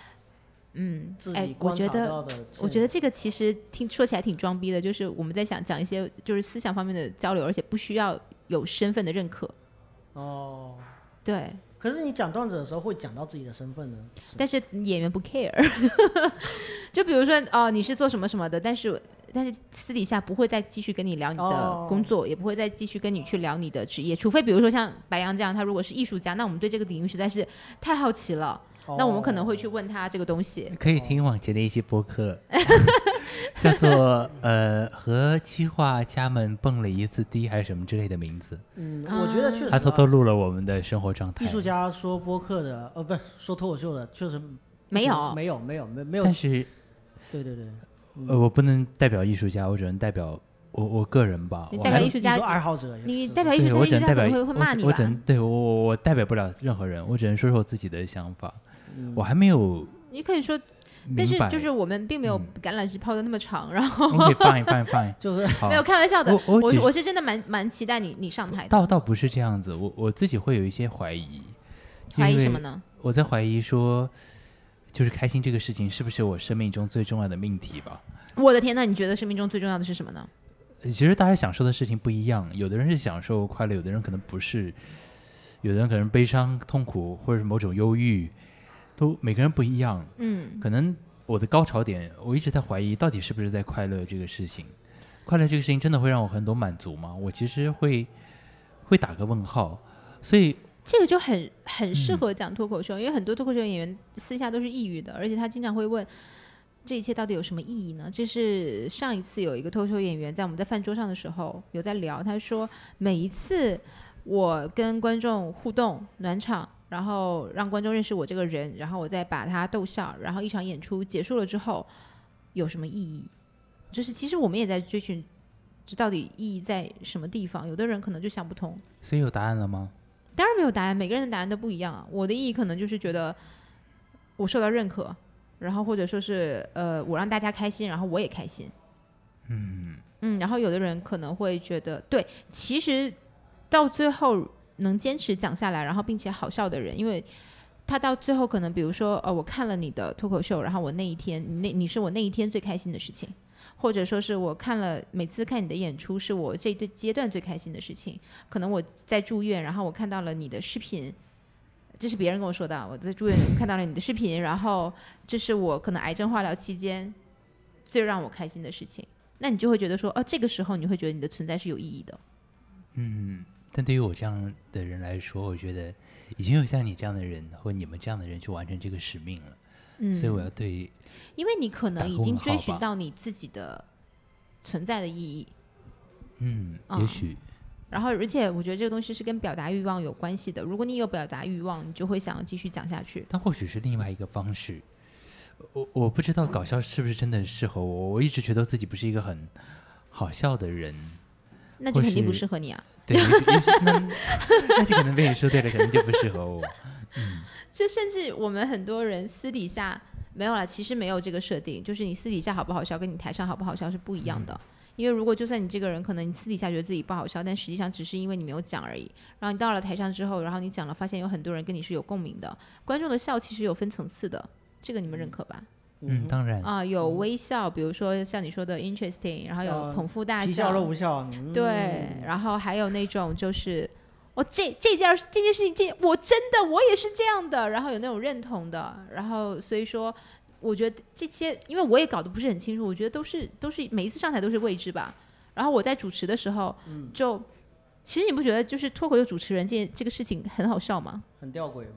我觉得这个其实说起来挺装逼的，就是我们在想讲一些就是思想方面的交流，而且不需要有身份的认可。对。 可是你讲段子的时候会讲到自己的身份呢？ 但是演员不 care 就比如说你是做什么什么的，但是私底下不会再继续跟你聊你的工作，也不会再继续跟你去聊你的职业，除非比如说像白羊这样，他如果是艺术家，那我们对这个领域实在是太好奇了，那我们可能会去问他这个东西。 可以听往前的一期播客叫做和企划家们蹦了一次迪还是什么之类的名字。 我觉得确实他偷偷录了我们的生活状态。 艺术家说播客的不是说脱口秀的，确实没有。 但是对我不能代表艺术家，我只能代表我个人吧。 你代表艺术家爱好者， 你代表艺术家， 我只能代表会骂你吧？ 我代表不了任何人，我只能说说我自己的想法。我还没有， 你可以说，但是就是我们并没有橄榄枝抛的那么长，然后你可以放， 就是没有开玩笑的。我是真的蛮期待你上台的。倒不是这样子，我自己会有一些怀疑。 怀疑什么呢？ 我在怀疑说，就是开心这个事情是不是我生命中最重要的命题吧？ 我的天哪，你觉得生命中最重要的是什么呢？ 其实大家享受的事情不一样，有的人是享受快乐，有的人可能不是，有的人可能悲伤、痛苦，或者是某种忧郁，都每个人不一样。可能我的高潮点，我一直在怀疑，到底是不是在快乐这个事情？快乐这个事情真的会让我很多满足吗？我其实会打个问号。所以这个就很适合讲脱口秀，因为很多脱口秀演员私下都是抑郁的，而且他经常会问，这一切到底有什么意义呢？这是上一次有一个脱口秀演员在我们在饭桌上的时候有在聊，他说每一次我跟观众互动暖场，然后让观众认识我这个人，然后我再把他逗笑，然后一场演出结束了之后有什么意义？就是其实我们也在追寻这到底意义在什么地方，有的人可能就想不通。 所以有答案了吗？ 当然没有答案，每个人的答案都不一样啊。我的意义可能就是觉得我受到认可，然后或者说是我让大家开心，然后我也开心。然后有的人可能会觉得，对，其实到最后能坚持讲下来，然后并且好笑的人，因为他到最后可能比如说我看了你的脱口秀，然后我那一天你是我那一天最开心的事情，或者说是我每次看你的演出是我这一阶段最开心的事情。可能我在住院，然后我看到了你的视频，这是别人跟我说的，我在住院看到了你的视频，然后这是我可能癌症化疗期间最让我开心的事情。那你就会觉得说这个时候你会觉得你的存在是有意义的。 但对于我这样的人来说，我觉得已经有像你这样的人或你们这样的人去完成这个使命了。所以我要对， 因为你可能已经追寻到你自己的存在的意义。 也许。 然后而且我觉得这个东西是跟表达欲望有关系的，如果你有表达欲望，你就会想要继续讲下去。 但或许是另外一个方式。我不知道搞笑是不是真的适合我，我一直觉得自己不是一个很好笑的人。 那就肯定不适合你啊。 对，那就可能被你说对了，可能就不适合我。 就甚至我们很多人私底下没有啦，其实没有这个设定，就是你私底下好不好笑跟你台上好不好笑是不一样的。因为如果就算你这个人可能你私底下觉得自己不好笑，但实际上只是因为你没有讲而已，然后你到了台上之后，然后你讲了，发现有很多人跟你是有共鸣的。观众的笑其实有分层次的，这个你们认可吧？ 当然啊，有微笑，比如说像你说的 interesting， 然后有捧腹大笑， 皮笑肉不笑。 对，然后还有那种就是这件事情，我也是这样的，然后有那种认同的，然后所以说我觉得这些，因为我也搞得不是很清楚，我觉得都是每一次上台都是未知吧。然后我在主持的时候，其实你不觉得就是脱口秀主持人这个事情很好笑吗？ 很吊诡吗？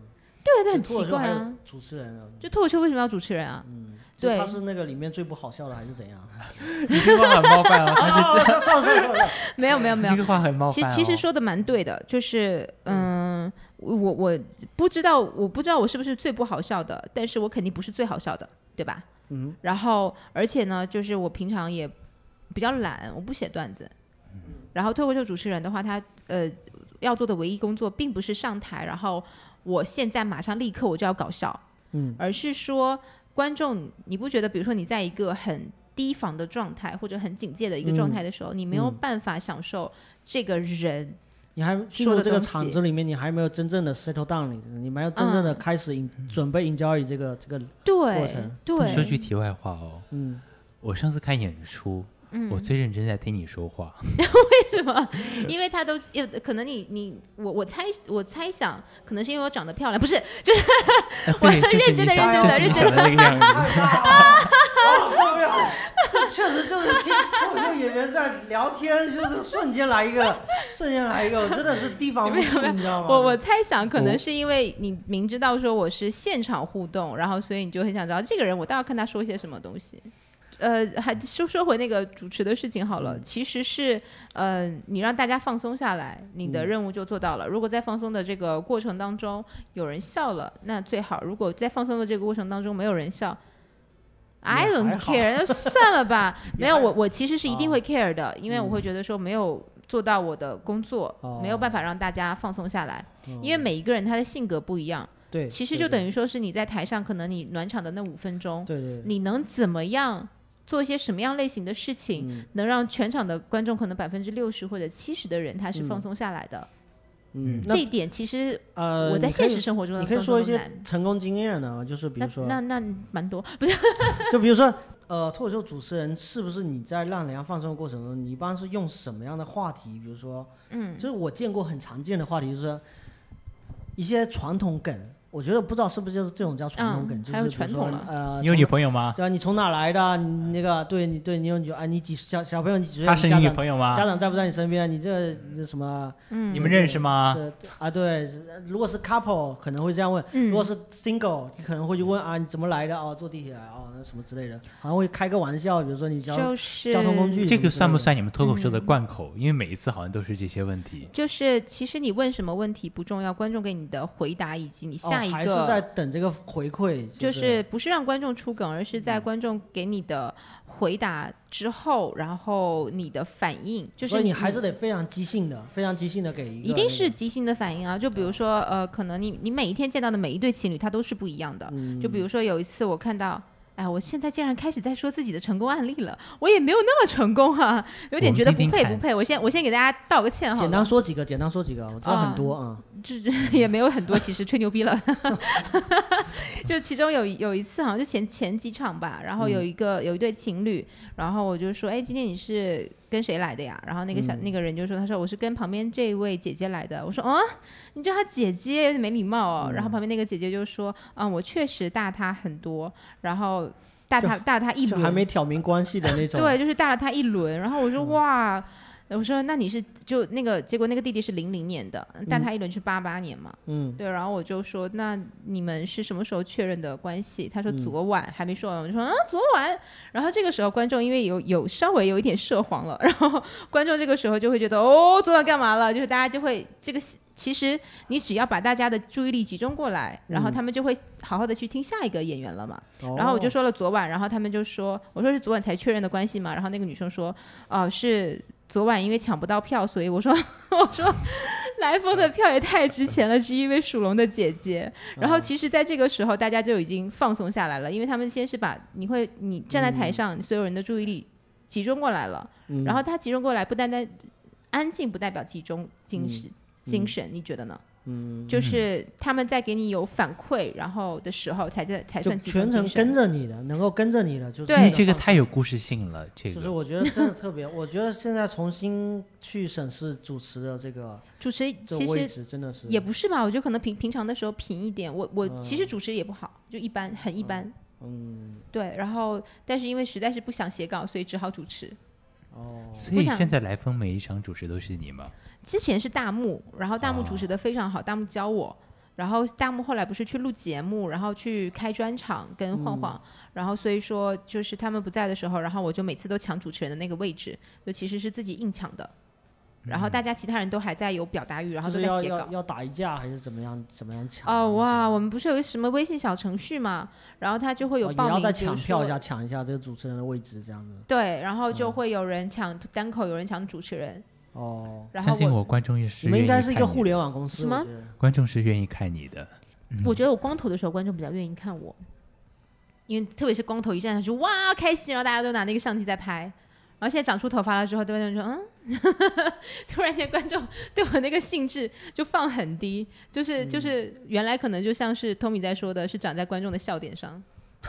对对，很奇怪啊。 主持人啊， 就脱口秀为什么要主持人啊？对， 他是那个里面最不好笑的还是怎样？ 你这个话很冒犯啊！ 算了， 没有， 这个话很冒犯。 其实说的蛮对的，就是我不知道我是不是最不好笑的，但是我肯定不是最好笑的，对吧？然后而且呢，就是我平常也比较懒，我不写段子。然后脱口秀主持人的话，他要做的唯一工作并不是上台，然后我现在马上立刻我就要搞笑，而是说观众，你不觉得比如说你在一个很提防的状态或者很警戒的一个状态的时候，你没有办法享受这个人你还进入这个场子里面，你还没有真正的 settle down， 你没有真正的开始准备 enjoy 这个过程。 对， 说句题外话哦，我上次看演出，我最认真在听你说话。 为什么？因为他都可能我猜想，可能是因为我长得漂亮，不是，就是我很认真的那个样子。 受不了，确实就是听脱口秀演员在聊天，就是瞬间来一个，我真的是提防不住，你知道吗？ 我猜想可能是因为你明知道说我是现场互动，然后所以你就很想知道这个人，我倒要看他说些什么东西。还说回那个主持的事情好了，其实是你让大家放松下来，你的任务就做到了。如果在放松的这个过程当中有人笑了，那最好；如果在放松的这个过程当中没有人笑，I don't care， 那算了吧。没有，我其实是一定会 care 的，因为我会觉得说没有做到我的工作，没有办法让大家放松下来，因为每一个人他的性格不一样。 对， 其实就等于说是你在台上，可能你暖场的那5分钟， 对， 你能怎么样做一些什么样类型的事情，能让全场的观众可能60%或者70%的人他是放松下来的。这一点其实我在现实生活中你可以说一些成功经验呢，就是比如说那蛮多，不是就比如说脱口秀主持人是不是你在让人家放松的过程中，你一般是用什么样的话题？比如说就是我见过很常见的话题，就是说一些传统梗。我觉得不知道是不是就是这种叫传统梗，就是还有传统了。 你有女朋友吗？ 对啊，你从哪来的？你那个你有女你小朋友你几岁？ 他是你女朋友吗？ 家长在不在你身边？你这什么？ 你们认识吗？ 对，如果是 couple 可能会这样问，如果是 single 你可能会去问你怎么来的？坐地铁来那什么之类的，好像会开个玩笑，比如说你交通工具。 这个算不算你们脱口秀的贯口？因为每一次好像都是这些问题。 就是其实你问什么问题不重要，观众给你的回答以及你下一个。 还是在等这个回馈， 就是不是让观众出梗，而是在观众给你的回答之后，然后你的反应，就是所以你还是得非常即兴的给一个， 一定是即兴的反应啊！就比如说可能你每一天见到的每一对情侣，它都是不一样的。就比如说有一次我看到。我现在竟然开始在说自己的成功案例了，我也没有那么成功啊，有点觉得不配。我先给大家道个歉好了。 简单说几个，我知道很多啊。 也没有很多，其实吹牛逼了。就其中有一次好像就前几场吧，然后有一对情侣，然后我就说，今天你是跟谁来的呀？然后那个人就说，他说我是跟旁边这位姐姐来的。我说你叫她姐姐有点没礼貌哦。然后旁边那个姐姐就说我确实大她很多，然后大她一轮， 还没挑明关系的那种。 对，就是大了她一轮。然后我说哇。我说那你是就那个结果那个弟弟是00年的，但他一轮是88年嘛，对，然后我就说那你们是什么时候确认的关系？他说昨晚，还没说完，我就说昨晚，然后这个时候观众因为有稍微有一点涉黄了，然后观众这个时候就会觉得昨晚干嘛了，就是大家就会这个。其实你只要把大家的注意力集中过来，然后他们就会好好的去听下一个演员了嘛。然后我就说了昨晚，然后他们就说，我说是昨晚才确认的关系嘛。然后那个女生说，是昨晚因为抢不到票，所以我说来风的票也太值钱了，是因为属龙的姐姐。然后其实在这个时候大家就已经放松下来了，因为他们先是把你站在台上，所有人的注意力集中过来了，然后他集中过来不单单安静不代表集中精神，你觉得呢？就是他们在给你有反馈，然后的时候才算集中精神。 全程跟着你的，能够跟着你的，就是对这个太有故事性了。这个就是我觉得真的特别。我觉得现在重新去审视主持的这个主持，其实真的是也不是吧？我觉得可能平常的时候平一点。我其实主持也不好，就一般，很一般。对。然后，但是因为实在是不想写稿，所以只好主持。 所以现在来风每一场主持都是你吗？ 之前是大木，然后大木主持的非常好，大木教我， 然后大木后来不是去录节目，然后去开专场跟晃晃，然后所以说就是他们不在的时候，然后我就每次都抢主持人的那个位置，就其实是自己硬抢的。然后大家其他人都还在有表达欲，然后都在写稿。 要打一架还是怎么样抢？ 哦哇，我们不是有个什么微信小程序嘛，然后他就会有报名， 也要再抢票一下，抢一下这个主持人的位置这样子。 对，然后就会有人抢单口，有人抢主持人。 哦， 然后相信我，观众也是。 你们应该是一个互联网公司， 什么？ 观众是愿意看你的。 我觉得我光头的时候，观众比较愿意看我，因为特别是光头一站上去，哇，开心，然后大家都拿那个相机在拍。然后现在长出头发了之后，观众说突然间观众对我那个兴致就放很低，就是原来可能就像是 Tommy 在说的，是长在观众的笑点上。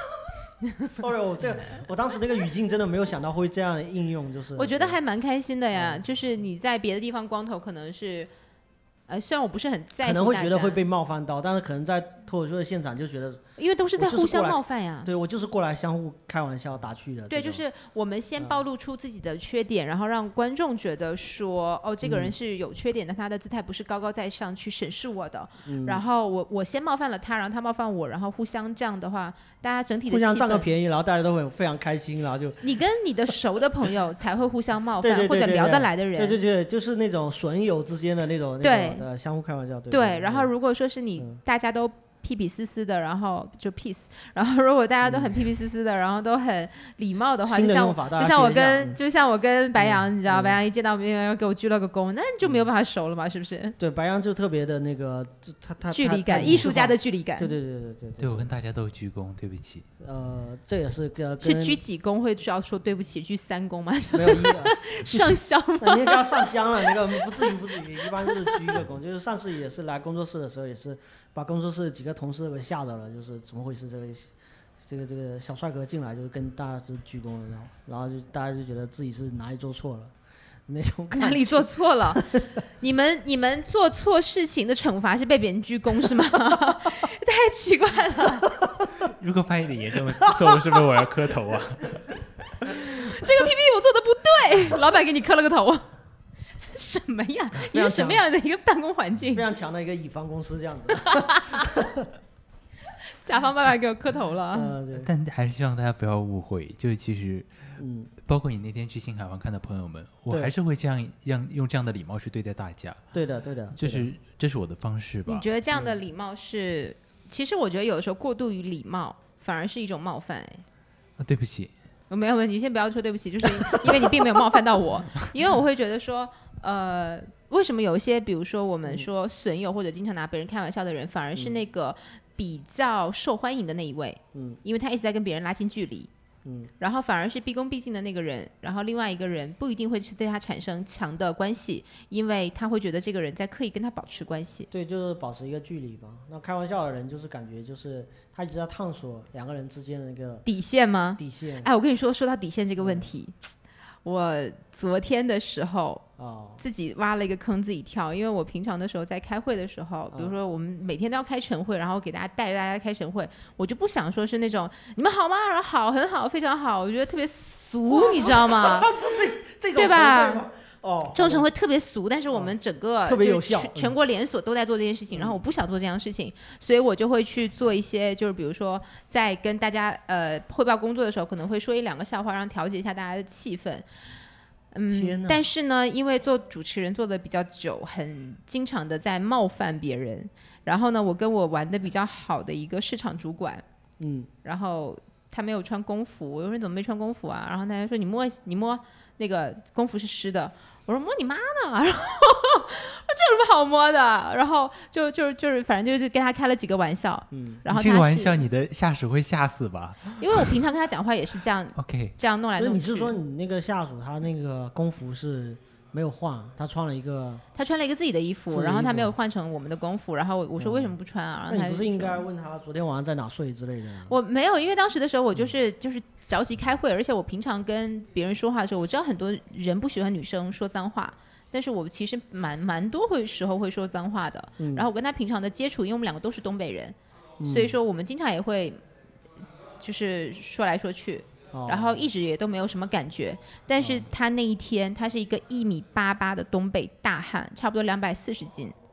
Sorry， 我当时那个语境真的没有想到会这样应用，就是我觉得还蛮开心的呀。就是你在别的地方光头可能是，虽然我不是很在乎， 可能会觉得会被冒犯到，但是可能在脱口秀的现场就觉得。 因为都是在互相冒犯呀。 对，我就是过来相互开玩笑打趣的。 对，就是我们先暴露出自己的缺点，然后让观众觉得说，哦，这个人是有缺点的，他的姿态不是高高在上去审视我的。然后我先冒犯了他，然后他冒犯我，然后互相这样的话，大家整体的互相占个便宜，然后大家都会非常开心，然后就你跟你的熟的朋友才会互相冒犯，或者聊得来的人。 对，就是那种损友之间的那种相互开玩笑。 对，然后如果说是你大家都屁屁丝丝的，然后就 peace， 然后如果大家都很屁屁丝丝的，然后都很礼貌的话，就像我跟白羊，你知道，白羊一见到面要给我鞠了个躬，那你就没有办法熟了嘛，是不是？ 对，白羊就特别的那个，他距离感，艺术家的距离感。 对， 我跟大家都鞠躬，对不起。 这也是是鞠几躬会需要说对不起，鞠3躬吗？ 没有上香吗？ 那你也不要上香了，那个不至于，一般就是鞠一个躬。就是上次也是来工作室的时候，也是把工作室几个同事给吓着了，就是怎么回事？这个小帅哥进来就是跟大家是鞠躬，然后就大家就觉得自己是哪里做错了，那种哪里做错了？你们做错事情的惩罚是被别人鞠躬是吗？太奇怪了。 如果发现一点严重的错误，是不是我要磕头啊？ 这个 PPT 我做的不对，老板给你磕了个头。这什么呀？你是什么样的一个办公环境？ 非常强的一个乙方公司这样子。 甲方爸爸给我磕头了。 但还是希望大家不要误会，就其实，包括你那天去新海湾看的朋友们，我还是会用这样的礼貌去对待大家。 对的， 就是这是我的方式吧。 你觉得这样的礼貌是？其实我觉得有的时候过度于礼貌，反而是一种冒犯。 对不起。 没有问题，先不要说对不起，就是因为你并没有冒犯到我，因为我会觉得说，为什么有一些，比如说我们说损友或者经常拿别人开玩笑的人，反而是那个比较受欢迎的那一位，因为他一直在跟别人拉近距离，然后反而是毕恭毕敬的那个人，然后另外一个人不一定会去对他产生强的关系，因为他会觉得这个人在刻意跟他保持关系。 对，就是保持一个距离吧。那开玩笑的人就是感觉就是他一直在探索两个人之间的那个底线吗？ 底线。 哎，我跟你说到底线这个问题，我昨天的时候自己挖了一个坑自己跳，因为我平常的时候在开会的时候，比如说我们每天都要开晨会，然后给大家带着大家开晨会，我就不想说是那种你们好吗？然后好，很好，非常好，我觉得特别俗，你知道吗？ 这种对吧？这种晨会特别俗，但是我们整个特别有效， 全国连锁都在做这件事情，然后我不想做这样的事情，所以我就会去做一些，就是比如说在跟大家汇报工作的时候，可能会说1-2个笑话，让调节一下大家的气氛。但是呢，因为做主持人做的比较久，很经常的在冒犯别人。然后呢，我跟我玩的比较好的一个市场主管，然后他没有穿工服，我说你怎么没穿工服啊？然后他就说你摸那个工服是湿的。我说摸你妈呢，然后这有什么好摸的？然后就是反正就是跟他开了几个玩笑，然后这个玩笑你的下属会吓死吧？ 因为我平常跟他讲话也是这样 ，OK， 这样弄来弄去。 你是说你那个下属他那个工服是没有换，他穿了一个自己的衣服，然后他没有换成我们的工服，然后我说为什么不穿啊？然后那你不是应该问他昨天晚上在哪睡之类的？ 我没有，因为当时的时候我就是着急开会，而且我平常跟别人说话的时候，我知道很多人不喜欢女生说脏话，但是我其实蛮多时候会说脏话的。然后我跟他平常的接触，因为我们两个都是东北人，所以说我们经常也会就是说来说去。然后一直也都没有什么感觉，但是他那一天他是一个1.88米的东北大汉，差不多240斤，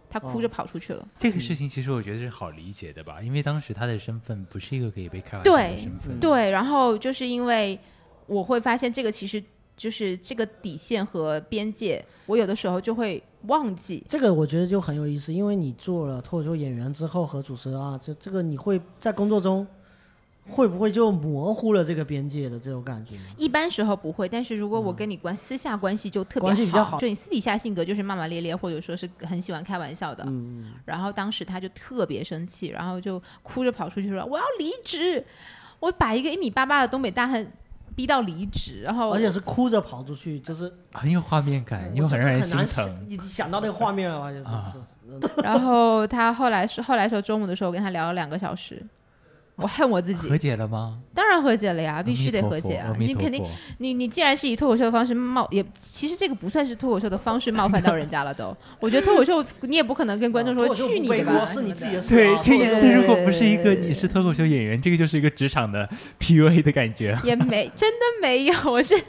他哭着跑出去了。 这个事情其实我觉得是好理解的吧，因为当时他的身份不是一个可以被开玩笑的身份。 对，然后就是因为我会发现这个其实就是这个底线和边界，我有的时候就会忘记。 这个我觉得就很有意思，因为你做了脱口秀演员之后和主持人啊，这个你会在工作中会不会就模糊了这个边界的这种感觉？ 一般时候不会，但是如果我跟你私下关系就特别好， 关系比较好， 就你私底下性格就是骂骂咧咧，或者说是很喜欢开玩笑的，然后当时他就特别生气，然后就哭着跑出去说我要离职，我把一个1.88米的东北大汉逼到离职，然后而且是哭着跑出去，就是很有画面感，又很让人心疼。 你想到那个画面了吧？ 然后他后来说中午的时候我跟他聊了2个小时。我恨我自己。 和解了吗？ 当然和解了呀，必须得和解啊！你肯定，你既然是以脱口秀的方式其实这个不算是脱口秀的方式冒犯到人家了都。我觉得脱口秀你也不可能跟观众说去你的吧， 是你自己的事。 对，这如果不是一个你是脱口秀演员，这个就是一个职场的 PUA 的感觉。 也真的没有，我是。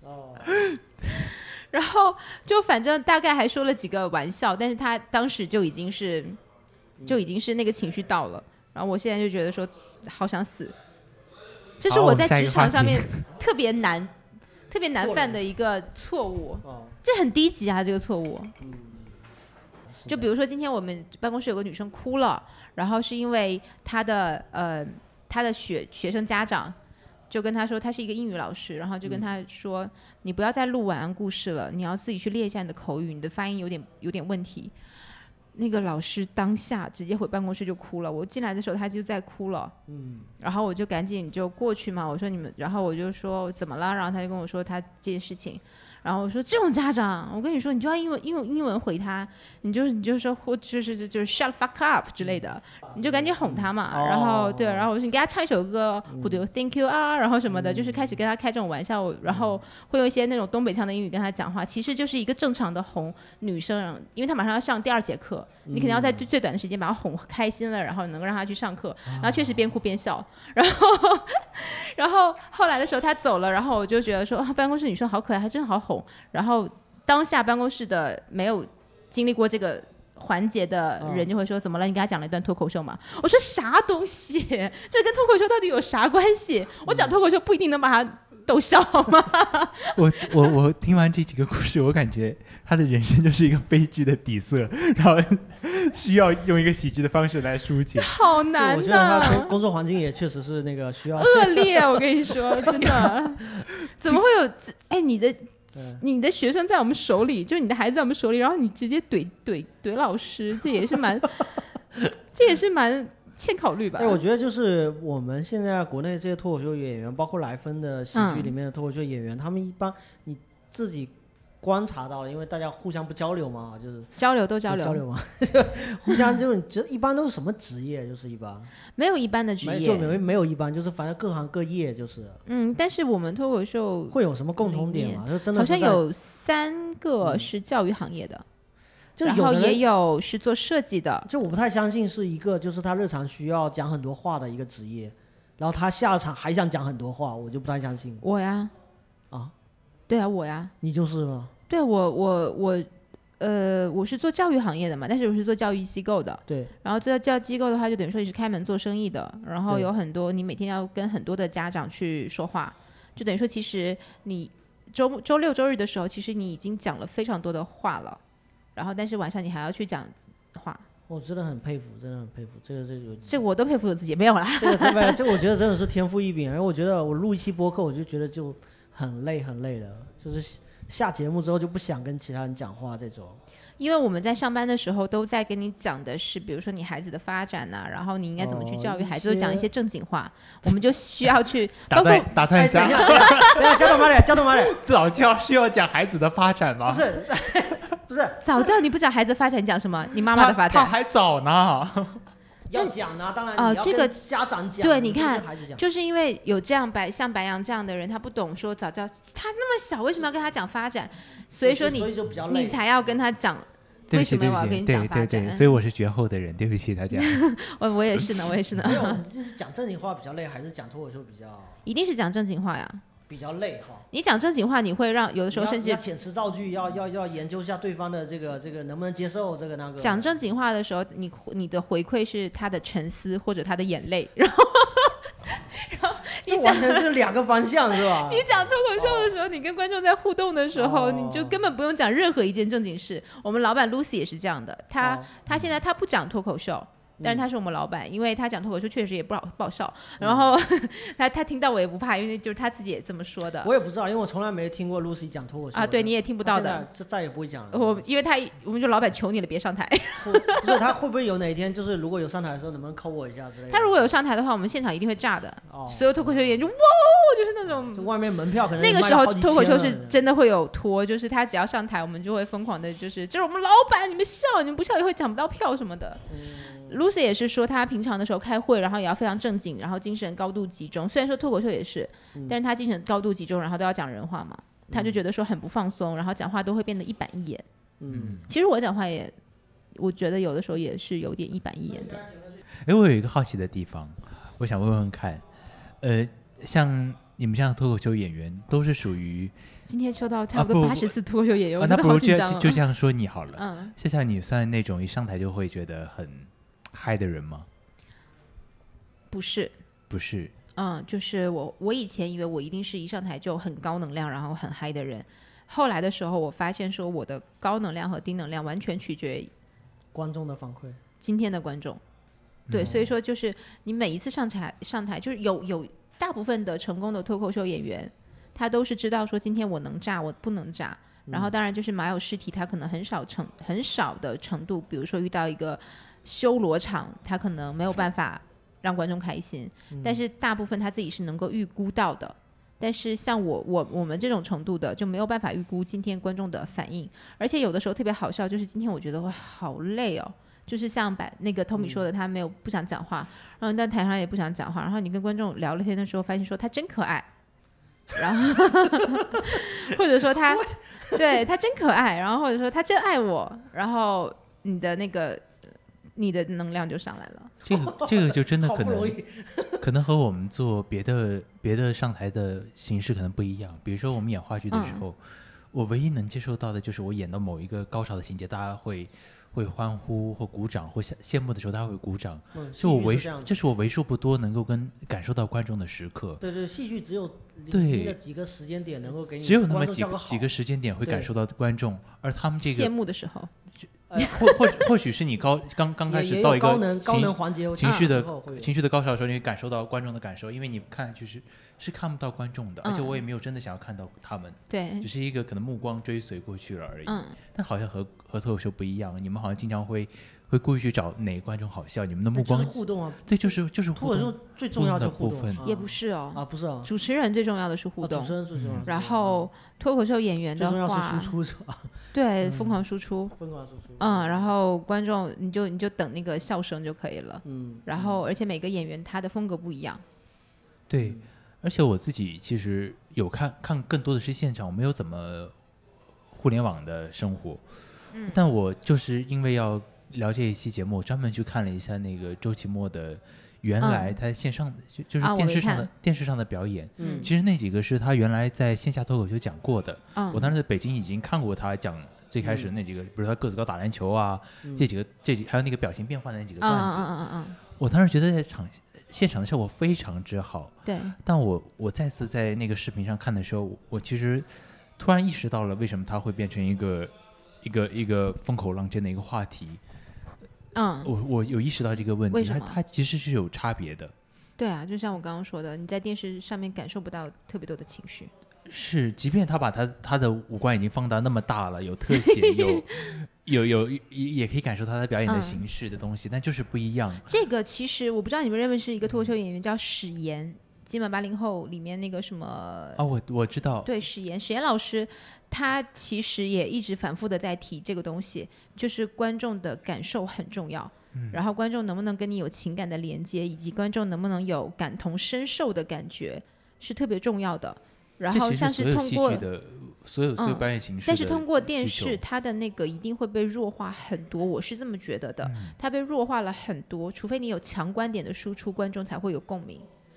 然后就反正大概还说了几个玩笑，但是他当时就已经是那个情绪到了，然后我现在就觉得说。好想死，这是我在职场上面特别难犯的一个错误，这很低级啊，这个错误。就比如说今天我们办公室有个女生哭了，然后是因为她的学生家长就跟她说，她是一个英语老师，然后就跟她说，你不要再录晚安故事了，你要自己去练一下你的口语，你的发音有点问题。那个老师当下直接回办公室就哭了，我进来的时候他就在哭了，然后我就赶紧就过去嘛，我说你们，然后我就说怎么了，然后他就跟我说他这件事情，然后我说这种家长，我跟你说，你就要英文回他，你就说或就是 shut the fuck up 之类的，你就赶紧哄他嘛，然后对，然后我说你给他唱一首歌，Who do you think you are，然后什么的，就是开始跟他开这种玩笑，然后会用一些那种东北腔的英语跟他讲话，其实就是一个正常的哄女生，因为他马上要上第2节课，你肯定要在最短的时间把他哄开心了，然后能够让他去上课，然后确实边哭边笑，然后后来的时候他走了，然后我就觉得说，办公室女生好可爱，还真好哄。然后当下办公室的没有经历过这个环节的人就会说，怎么了？你给他讲了一段脱口秀吗？我说啥东西？这跟脱口秀到底有啥关系？我讲脱口秀不一定能把他逗笑吗？ 我听完这几个故事，我感觉他的人生就是一个悲剧的底色，然后需要用一个喜剧的方式来疏解， 好难我觉得他工作环境也确实是那个需要恶劣。我跟你说，真的，怎么会有？哎，你的学生在我们手里，就是你的孩子在我们手里，然后你直接怼老师，这也是蛮欠考虑吧。 我觉得就是我们现在国内这些脱口秀演员，包括来分的喜剧里面的脱口秀演员，他们一般你自己观察到了，因为大家互相不交流嘛，就是交流嘛，互相就是一般都是什么职业？就是一般没有一般的职业， 没有一般，就是反正各行各业就是。 但是我们脱口秀会有什么共同点吗？就真的好像有3个是教育行业的。 然后也有是做设计的， 就我不太相信是一个就是他日常需要讲很多话的一个职业，然后他下了场还想讲很多话，我就不太相信。 我呀，对啊，我呀， 你就是吗？ 对，我是做教育行业的嘛，但是我是做教育机构的。对，然后做教育机构的话，就等于说你是开门做生意的，然后有很多你每天要跟很多的家长去说话，就等于说其实你周六周日的时候，其实你已经讲了非常多的话了。然后但是晚上你还要去讲话， 我真的很佩服， 这个我都佩服我自己，没有啦。 这个我觉得真的是天赋异禀。然后我觉得我录一期播客，我就觉得就很累的，就是下节目之后就不想跟其他人讲话这种。 因为我们在上班的时候都在跟你讲的是，比如说你孩子的发展啊，然后你应该怎么去教育孩子，都讲一些正经话，我们就需要去打断一下， 等一下，交通马脸， 早教需要讲孩子的发展吗？ 不是， 早教你不讲孩子的发展，你讲什么？你妈妈的发展？ 他还早呢。 要讲啊，当然你要跟家长讲。 对，你看，就是因为有这样像白杨这样的人，他不懂说早教，他那么小，为什么要跟他讲发展？所以说你才要跟他讲。为什么我要跟你讲发展？ 对，所以我是绝后的人，对不起大家。 我也是呢。 没有，就是讲正经话比较累，还是讲脱口秀比较？ 一定是讲正经话呀。 比较累哈。 你讲正经话，你会让有的时候甚至要遣词造句，要研究一下对方的这个能不能接受这个那个。 讲正经话的时候，你的回馈是他的沉思或者他的眼泪，然后就完全是两个方向是吧？ 你讲脱口秀的时候，你跟观众在互动的时候，你就根本不用讲任何一件正经事。我们老板 Lucy 也是这样的，他现在他不讲脱口秀。但是他是我们老板，因为他讲脱口秀确实也不好笑，然后他听到我也不怕，因为就是他自己也这么说的。 我也不知道，因为我从来没听过 Lucy 讲脱口秀啊，对，你也听不到的， 这再也不会讲了。 因为我们就老板求你了，别上台。 不是他会不会有哪一天就是如果有上台的时候，能不能扣我一下之类的？ 他如果有上台的话，我们现场一定会炸的，所有脱口秀演员就哇，就是那种， 就外面门票可能那个时候脱口秀是真的会有拖，就是他只要上台，我们就会疯狂的，就是这是我们老板，你们笑，你们不笑也会抢不到票什么的。Lucy 也是说，他平常的时候开会，然后也要非常正经，然后精神高度集中。虽然说脱口秀也是，但是他精神高度集中，然后都要讲人话嘛，他就觉得说很不放松，然后讲话都会变得一板一眼。其实我讲话也，我觉得有的时候也是有点一板一眼的。 我有一个好奇的地方，我想问问看，像你们这样的脱口秀演员，都是属于今天说到差不多80次脱口秀演员，我真的那不如好紧张就这样说你好了。夏夏，你算那种一上台就会觉得很嗨的人吗？ 不是，就是我以前以为我一定是一上台就很高能量，然后很嗨的人。后来的时候，我发现说我的高能量和低能量完全取决于观众的反馈， 今天的观众。对，所以说就是你每一次上台，就是有大部分的成功的脱口秀演员，他都是知道说今天我能炸，我不能炸。然后当然就是马有失蹄，他可能很少的程度，比如说遇到一个修罗场，他可能没有办法让观众开心，但是大部分他自己是能够预估到的。但是像我们这种程度的就没有办法预估今天观众的反应，而且有的时候特别好笑，就是今天我觉得哇好累哦，就是像那个 Tommy 说的，他不想讲话，然后你在台上也不想讲话，然后你跟观众聊了天的时候，发现说他真可爱，然后或者说对他真可爱，然后或者说他真爱我，然后你的能量就上来了。 这个就真的可能和我们做别的上台的形式可能不一样。比如说我们演话剧的时候，我唯一能接受到的就是我演到某一个高潮的情节，大家会欢呼或鼓掌，或谢幕的时候大家会鼓掌。这是我为数不多能够感受到观众的时刻。 对，戏剧只有零星的几个时间点能够给你， 只有那么几个时间点会感受到观众，而他们这个谢幕的时候。 或许是你刚开始到一个高能环节情绪的高潮的时候，你会感受到观众的感受，因为你看是看不到观众的，而且我也没有真的想要看到他们， 对， 只是一个可能目光追随过去了而已。但好像和脱口秀不一样，你们好像经常会故意去找哪个观众好笑，你们的目光就是互动啊。 对，就是脱口秀最重要的互动也不是哦， 不是哦， 主持人最重要的是互动， 主持人最重要。 然后脱口秀演员的话， 最重要是输出是吧？ 对，疯狂输出，然后观众你就等那个笑声就可以了。然后而且每个演员他的风格不一样。 对，而且我自己其实有看更多的是现场，我没有怎么互联网的生活。但我就是因为要聊这一期节目，我专门去看了一下那个周奇墨的原来他线上就是电视上的表演。其实那几个是他原来在线下脱口秀讲过的。我当时在北京已经看过他讲最开始那几个，比如他个子高打篮球啊，这几还有那个表情变化的那几个段子。我当时觉得现场的效果非常之好。 对， 但我再次在那个视频上看的时候，我其实突然意识到了为什么它会变成一个风口浪尖的一个话题。我有意识到这个问题，它其实是有差别的。 对啊，就像我刚刚说的，你在电视上面感受不到特别多的情绪。 是，即便他把他的五官已经放大那么大了，有特写，也可以感受他的表演的形式的东西，但就是不一样。 这个其实我不知道你们认不认识一个脱口秀演员叫史岩，今晚80后里面那个什么我知道。 对，史岩老师，他其实也一直反复的在提这个东西，就是观众的感受很重要。然后观众能不能跟你有情感的连接，以及观众能不能有感同身受的感觉，是特别重要的。然后像是通过所有表演形式的， 但是通过电视，它的那个一定会被弱化很多，我是这么觉得的。它被弱化了很多，除非你有强观点的输出，观众才会有共鸣。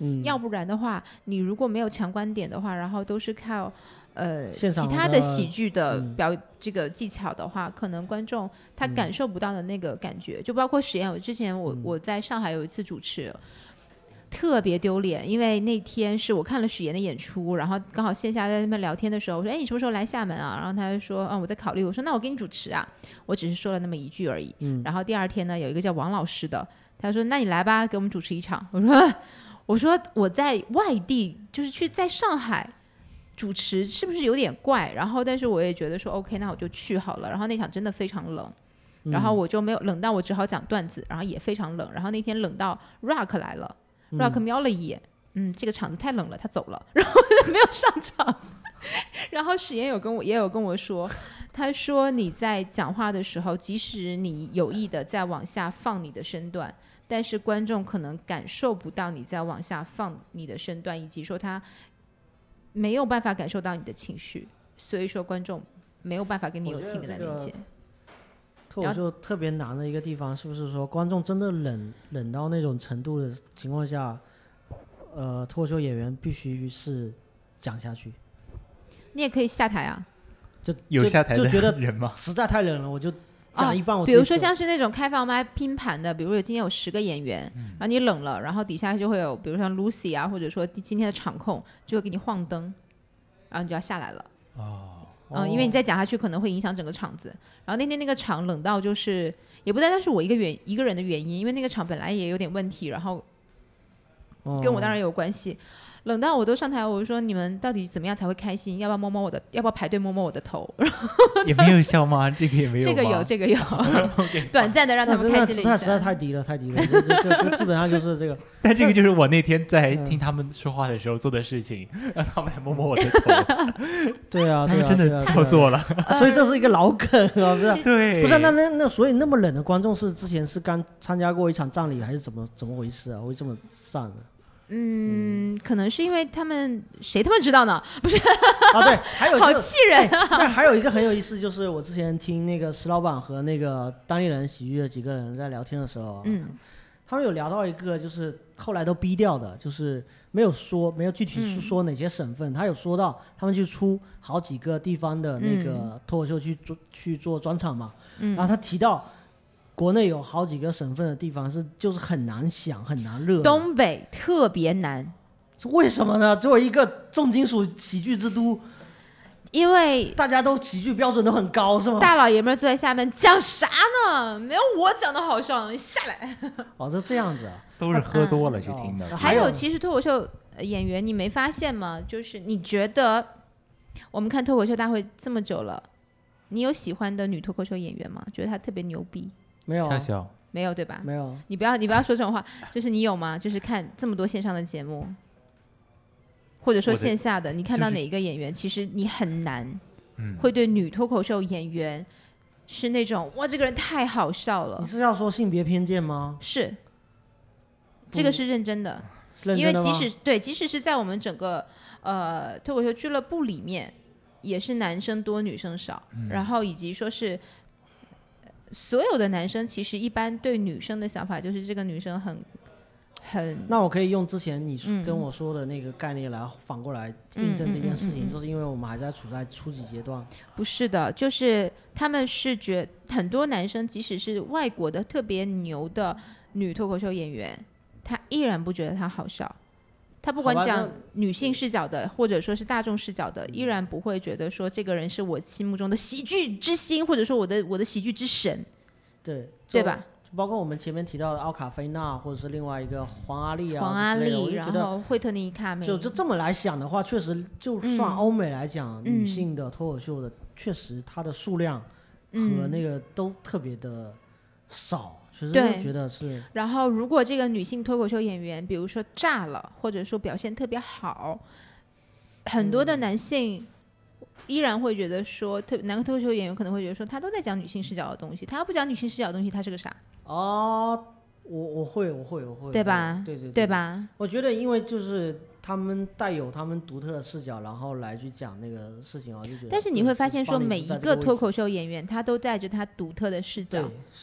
要不然的话，你如果没有强观点的话，然后都是靠其他的喜剧的这个技巧的话，可能观众他感受不到的那个感觉，就包括实验。我之前我在上海有一次主持。特别丢脸，因为那天是我看了史岩的演出，然后刚好线下在那边聊天的时候，我说：“哎，你什么时候来厦门啊？”然后他就说：“我在考虑。”我说：“那我给你主持啊。”我只是说了那么一句而已。然后第二天呢，有一个叫王老师的，他说：“那你来吧，给我们主持一场。”我说我在外地，就是去在上海主持，是不是有点怪？然后，但是我也觉得说 OK， 那我就去好了。然后那场真的非常冷。然后我就没有冷到我只好讲段子，然后也非常冷。然后那天冷到 Rock 来了。Rock 瞄了一眼，这个场子太冷了，他走了，然后没有上场。然后史岩也有跟我说，他说你在讲话的时候，即使你有意的在往下放你的身段，但是观众可能感受不到你在往下放你的身段，以及说他没有办法感受到你的情绪，所以说观众没有办法跟你有情感的连接。 脱口秀特别难的一个地方，是不是说观众真的冷到那种程度的情况下，脱口秀演员必须是讲下去？ 你也可以下台啊， 就有下台的人吗？ 实在太冷了，我就讲一半我比如说像是那种开放麦拼盘的，比如说今天有10个演员，然后你冷了，然后底下就会有比如像 Lucy 啊，或者说今天的场控就会给你晃灯，然后你就要下来了。因为你再讲下去可能会影响整个场子。然后那天那个场冷到就是也不单单是我一个人的原因，因为那个场本来也有点问题，然后跟我当然有关系。冷到我都上台，我就说你们到底怎么样才会开心？要不要摸摸我的？要不要排队摸摸我的头？ 也没有笑吗？这个也没有吗？ 这个有短暂的让他们开心了一下。 实在太低了，这基本上就是这个。 但这个就是我那天在听他们说话的时候做的事情，让他们来摸摸我的头。 对啊， 他们真的这么做了， 所以这是一个老梗啊，不是？ 对， 不是那所以那么冷的观众是之前是刚参加过一场葬礼还是怎么回事啊？会这么散的？ 可能是因为他们知道呢？不是啊，对，还有好气人啊！ 但还有一个很有意思，就是我之前听那个石老板和那个当地人喜剧的几个人在聊天的时候，他们有聊到一个，就是后来都逼掉的，就是没有具体说哪些省份，他有说到他们去出好几个地方的那个脱口秀去做专场嘛，然后他提到。国内有好几个省份的地方就是很难想很难热， 东北特别难， 为什么呢？作为一个重金属喜剧之都， 因为大家都喜剧标准都很高，是吗？ 大老爷们坐在下面讲啥呢？没有我讲的好笑，你下来。 是这样子啊， 都是喝多了去听的。 还有，其实脱口秀演员，你没发现吗？就是你觉得我们看脱口秀大会这么久了，你有喜欢的女脱口秀演员吗？觉得她特别牛逼？ 没有、 啊， 没有对吧？ 没有， 你不要说这种话，就是你有吗？就是看这么多线上的节目，或者说线下的，你看到哪一个演员，其实你很难，会对女脱口秀演员是那种哇，这个人太好笑了。 你是要说性别偏见吗？ 是，这个是认真的，因为即使是在我们整个脱口秀俱乐部里面，也是男生多女生少，然后以及说是。所有的男生其实一般对女生的想法就是这个女生很， 那我可以用之前你跟我说的那个概念来反过来印证这件事情，就是因为我们还在处在初级阶段。不是的，就是他们是很多男生即使是外国的特别牛的女脱口秀演员，他依然不觉得他好笑。他不管讲女性视角的或者说是大众视角的，依然不会觉得说这个人是我心目中的喜剧之星，或者说我的喜剧之神，对吧？ 包括我们前面提到的奥卡菲娜，或者是另外一个黄阿丽然后惠特尼卡梅， 就这么来想的话，确实就算欧美来讲，女性的脱口秀的确实它的数量和那个都特别的少。其实觉得是， 然后如果这个女性脱口秀演员比如说炸了，或者说表现特别好，很多的男性依然会觉得说男脱口秀演员可能会觉得说他都在讲女性视角的东西，他要不讲女性视角的东西他是个啥？ 我会， 对吧？ 对吧？ 我觉得因为就是他们带有他们独特的视角，然后来去讲那个事情，我就觉得。 但是你会发现说每一个脱口秀演员他都带着他独特的视角， 对，是。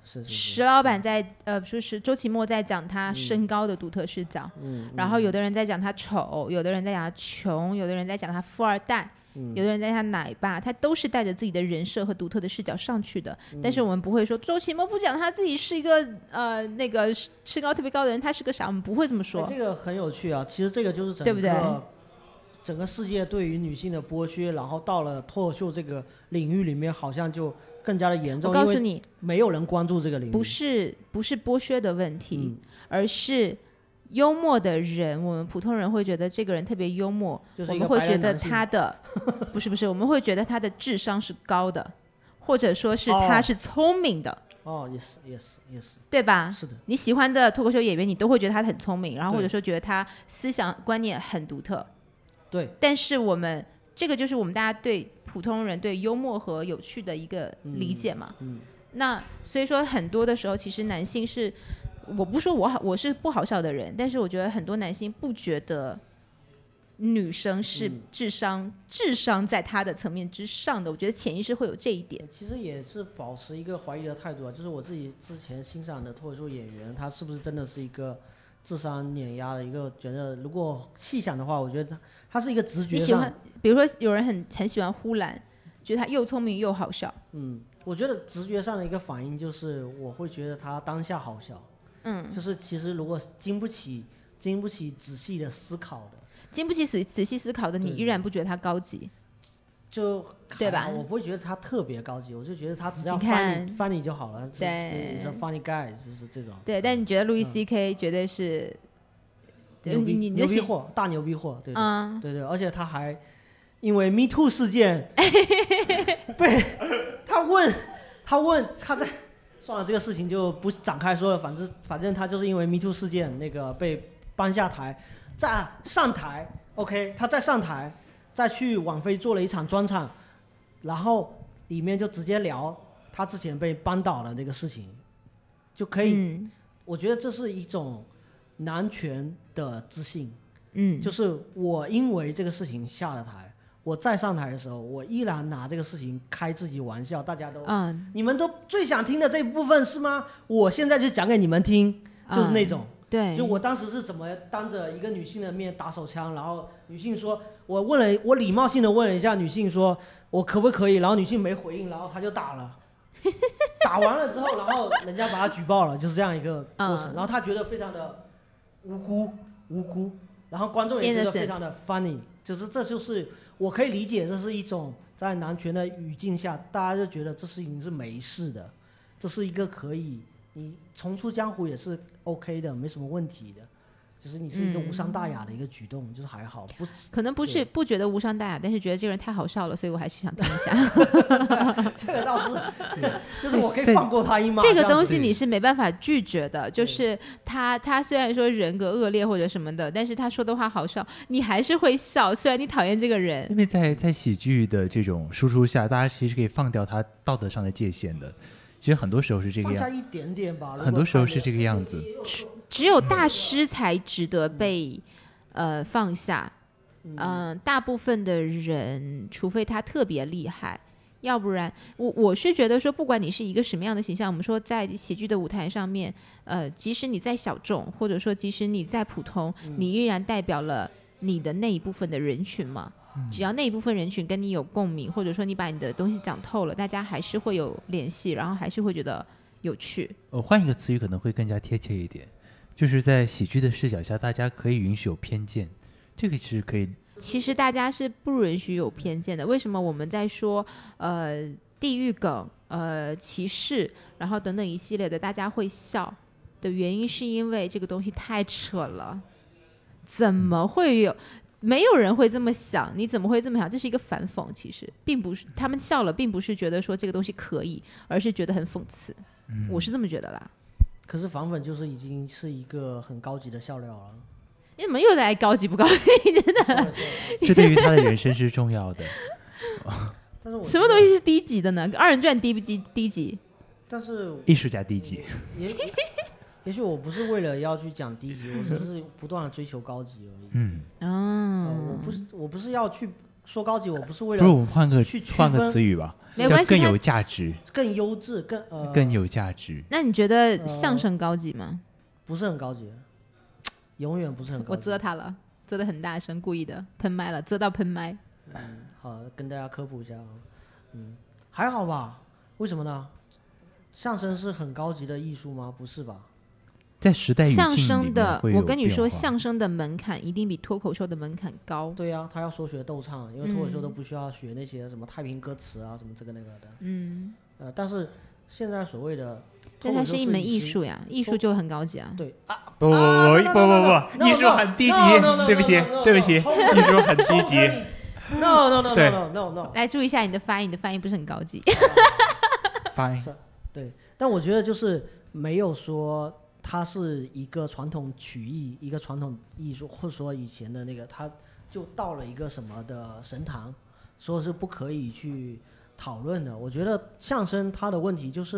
石老板在就是周奇墨在讲他身高的独特视角，然后有的人在讲他丑，有的人在讲他穷，有的人在讲他富二代，有的人在讲他奶爸，他都是带着自己的人设和独特的视角上去的。但是我们不会说周奇墨不讲他自己是一个那个身高特别高的人，他是个傻，我们不会这么说。 这个很有趣啊，其实这个就是对不对？ 整个世界对于女性的剥削，然后到了脱口秀这个领域里面，好像就更加的严重。 我告诉你， 没有人关注这个领域。 不是剥削的问题，而是幽默的人，我们普通人会觉得这个人特别幽默，我们会觉得他的不是，我们会觉得他的智商是高的，或者说是他是聪明的。yes，对吧？ 是的。 你喜欢的脱口秀演员，你都会觉得他很聪明，然后或者说觉得他思想观念很独特。 对。 但是我们这个就是我们大家对普通人对幽默和有趣的一个理解嘛。那所以说很多的时候，其实男性是，我不说我是不好笑的人，但是我觉得很多男性不觉得女生是智商在他的层面之上的，我觉得潜意识会有这一点。 其实也是保持一个怀疑的态度啊，就是我自己之前欣赏的脱口秀演员，他是不是真的是一个智商碾压的一个？觉得如果细想的话，我觉得他是一个直觉上。 你喜欢，比如说有人很喜欢呼兰，觉得他又聪明又好笑。 我觉得直觉上的一个反应就是，我会觉得他当下好笑。就是其实如果经不起仔细的思考的， 经不起仔细思考的，你依然不觉得他高级， 就对吧？ 我不会觉得他特别高级，我就觉得他只要翻你就好了。 对， 是 funny guy， 就是这种。 对，但你觉得路易 C.K. 绝对是牛逼货，大牛逼货，对，而且他还因为 Me Too 事件被他问他在。算了，这个事情就不展开说了。反正他就是因为 Me Too 事件那个被搬下台，再上台 ，OK， 他再上台，再去网飞做了一场专场，然后里面就直接聊他之前被扳倒的那个事情，就可以。我觉得这是一种男权的自信。就是我因为这个事情下了台。我再上台的时候，我依然拿这个事情开自己玩笑，大家都，你们都最想听的这一部分是吗？我现在就讲给你们听，就是那种， 对， 就我当时是怎么当着一个女性的面打手枪，然后女性说，我礼貌性的问了一下女性说，我可不可以，然后女性没回应，然后她就打了，打完了之后，然后人家把她举报了，就是这样一个过程，然后她觉得非常的无辜，然后观众也觉得非常的 funny， 就是这就是我可以理解，这是一种在男权的语境下，大家就觉得这事情是没事的，这是一个可以你重出江湖也是 OK 的，没什么问题的，就是你是一个无伤大雅的一个举动，就是还好， 可能不觉得无伤大雅，但是觉得这个人太好笑了，所以我还是想听一下。 这个倒是，就是我可以放过他一马。 这个东西你是没办法拒绝的，就是他虽然说人格恶劣或者什么的，但是他说的话好笑，你还是会笑，虽然你讨厌这个人。 因为在喜剧的这种输出下，大家其实可以放掉他道德上的界限的。其实很多时候是这个样子， 放下一点点吧。 很多时候是这个样子。 只有大师才值得被放下。大部分的人，除非他特别厉害，要不然我是觉得说，不管你是一个什么样的形象，我们说在喜剧的舞台上面，即使你再小众，或者说即使你再普通，你依然代表了你的那一部分的人群嘛。只要那一部分人群跟你有共鸣，或者说你把你的东西讲透了，大家还是会有联系，然后还是会觉得有趣。 我换一个词语可能会更加贴切一点，就是在喜剧的视角下，大家可以允许有偏见，这个其实可以。 其实大家是不允许有偏见的。为什么我们在说地域梗、歧视，然后等等一系列的，大家会笑的原因，是因为这个东西太扯了，怎么会有？没有人会这么想，你怎么会这么想？这是一个反讽，其实并不是他们笑了，并不是觉得说这个东西可以，而是觉得很讽刺。我是这么觉得啦。 可是反讽就是已经是一个很高级的笑料了。 你怎么又来高级不高级？真的， 这对于他的人生是重要的。 但是什么东西是低级的呢？二人转低不低级？ 但是艺术家低级。 也许我不是为了要去讲低级，我只是不断的追求高级而已。 哦， 我不是要去说高级，我不是为不是我了们换个去区分词语吧， 没关系它叫更有价值， 更优质、 更有价值。 那你觉得相声高级吗？ 不是很高级，永远不是很高我级。 啧他了，啧得很大声，故意的喷麦了，啧到喷麦。 好，跟大家科普一下啊。还好吧？为什么呢？相声是很高级的艺术吗？不是吧？ 在时代语境相里声的面会，有我跟你说， 变化相声的门槛一定比脱口秀的门槛高。 对呀、他要说学逗唱，因为脱口秀都不需要学那些什么太平歌词啊，什么这个那个的。但是现在所谓的脱但它口秀是一门艺术呀，艺术就很高级啊。 对啊， 不，艺术很低级，对不起，对不起，艺术很低级。 No， 来注意一下你的发音，你的发音不是很高级。 Fine， 对，但我觉得就是没有说它是一个传统曲艺，一个传统艺术，或者说以前的那个，它就到了一个什么的神坛，说是不可以去讨论的。我觉得相声它的问题就是，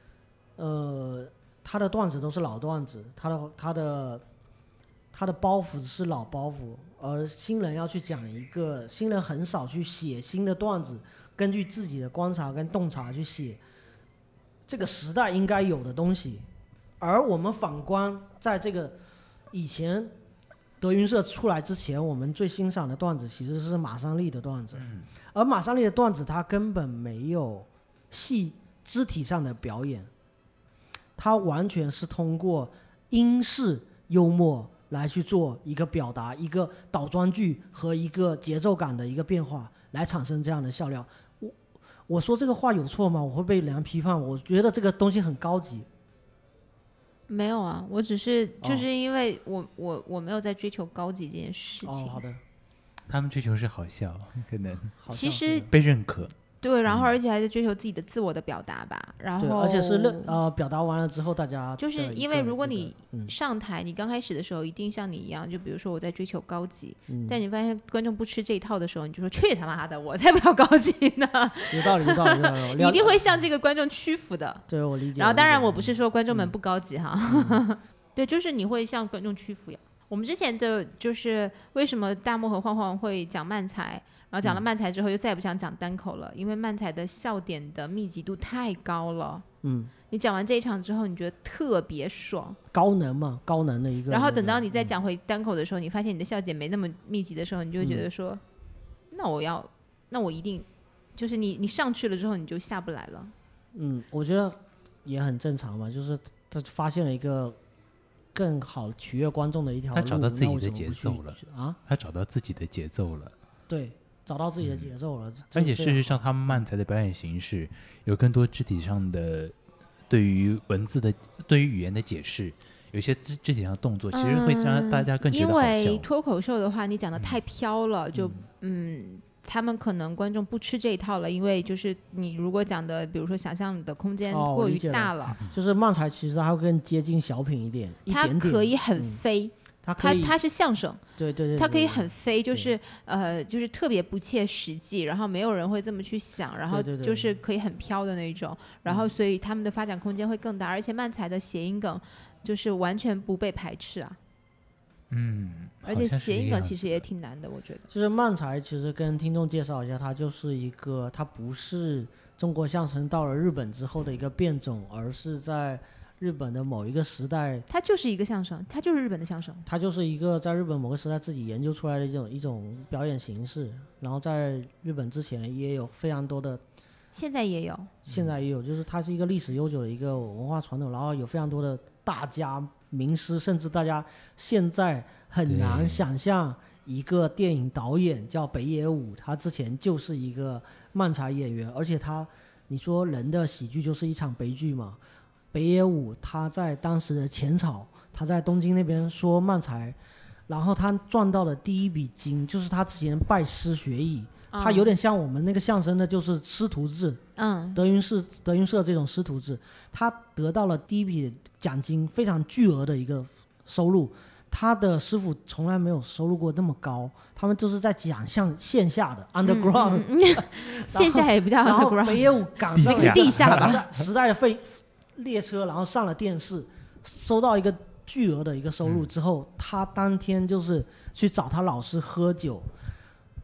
它的段子都是老段子，它的包袱是老包袱，而新人要去讲一个，新人很少去写新的段子，根据自己的观察跟洞察去写这个时代应该有的东西。而我们反观在这个以前德云社出来之前，我们最欣赏的段子其实是马三立的段子，而马三立的段子他根本没有肢体上的表演，他完全是通过英式幽默来去做一个表达，一个倒装句和一个节奏感的一个变化，来产生这样的笑料。我说这个话有错吗？我会被人家批判。我觉得这个东西很高级。 没有啊，我只是就是因为我没有在追求高级这件事情。 好的。 他们追求是好笑，可能其实被认可。 对，然后而且还在追求自己的自我的表达吧，然后而且是表达完了之后，大家就是因为如果你上台，你刚开始的时候一定像你一样，就比如说我在追求高级，但你发现观众不吃这一套的时候，你就说去他妈的，我才不要高级呢。 有道理， 你一定会向这个观众屈服的。 对，我理解。 然后当然我不是说观众们不高级哈，对，就是你会向观众屈服呀。我们之前的就是为什么大漠和晃晃会讲漫才，然后讲了漫才之后又再也不想讲单口了，因为漫才的笑点的密集度太高了。你讲完这一场之后，你觉得特别爽， 高能嘛，高能的一个。 然后等到你再讲回单口的时候，你发现你的笑点没那么密集的时候，你就会觉得说，那我一定就是你上去了之后你就下不来了。 我觉得也很正常嘛，就是他发现了一个更好取悦观众的一条路， 他找到自己的节奏了啊！ 他找到自己的节奏了， 对，找到自己的节奏了。 而且事实上，他们漫才的表演形式有更多肢体上的对于文字的、对于语言的解释，有些肢体上的动作，其实会让大家更觉得好笑。 因为脱口秀的话，你讲的太飘了，就他们可能观众不吃这一套了，因为就是你如果讲的，比如说想象的空间过于大了， 就是漫才其实它会更接近小品一点， 它可以很飞，它是相声， 对， 它可以很飞，就是就是特别不切实际，然后没有人会这么去想，然后就是可以很飘的那种，然后所以他们的发展空间会更大，而且漫才的谐音梗就是完全不被排斥啊。而且谐音梗其实也挺难的，我觉得。 就是漫才，其实跟听众介绍一下，它就是一个，它不是中国相声到了日本之后的一个变种，而是在日本的某一个时代， 它就是一个相声，它就是日本的相声， 它就是一个在日本某个时代自己研究出来的一种表演形式。然后在日本之前也有非常多的， 现在也有， 就是它是一个历史悠久的一个文化传统，然后有非常多的大家名师，甚至大家现在很难想象一个电影导演叫北野武，他之前就是一个漫才演员，而且你说人的喜剧就是一场悲剧嘛。北野武他在当时的浅草，他在东京那边说漫才，然后他赚到了第一笔金，就是他之前拜师学艺。他有点像我们那个相声的，就是师徒制，德云社这种师徒制，他得到了第一笔奖金，非常巨额的一个收入。他的师傅从来没有收入过那么高，他们就是在讲线下的 underground， 线下也不叫 underground， 然后北野武赶上了地下时代的列车，然后上了电视，收到一个巨额的一个收入之后，他当天就是去找他老师喝酒。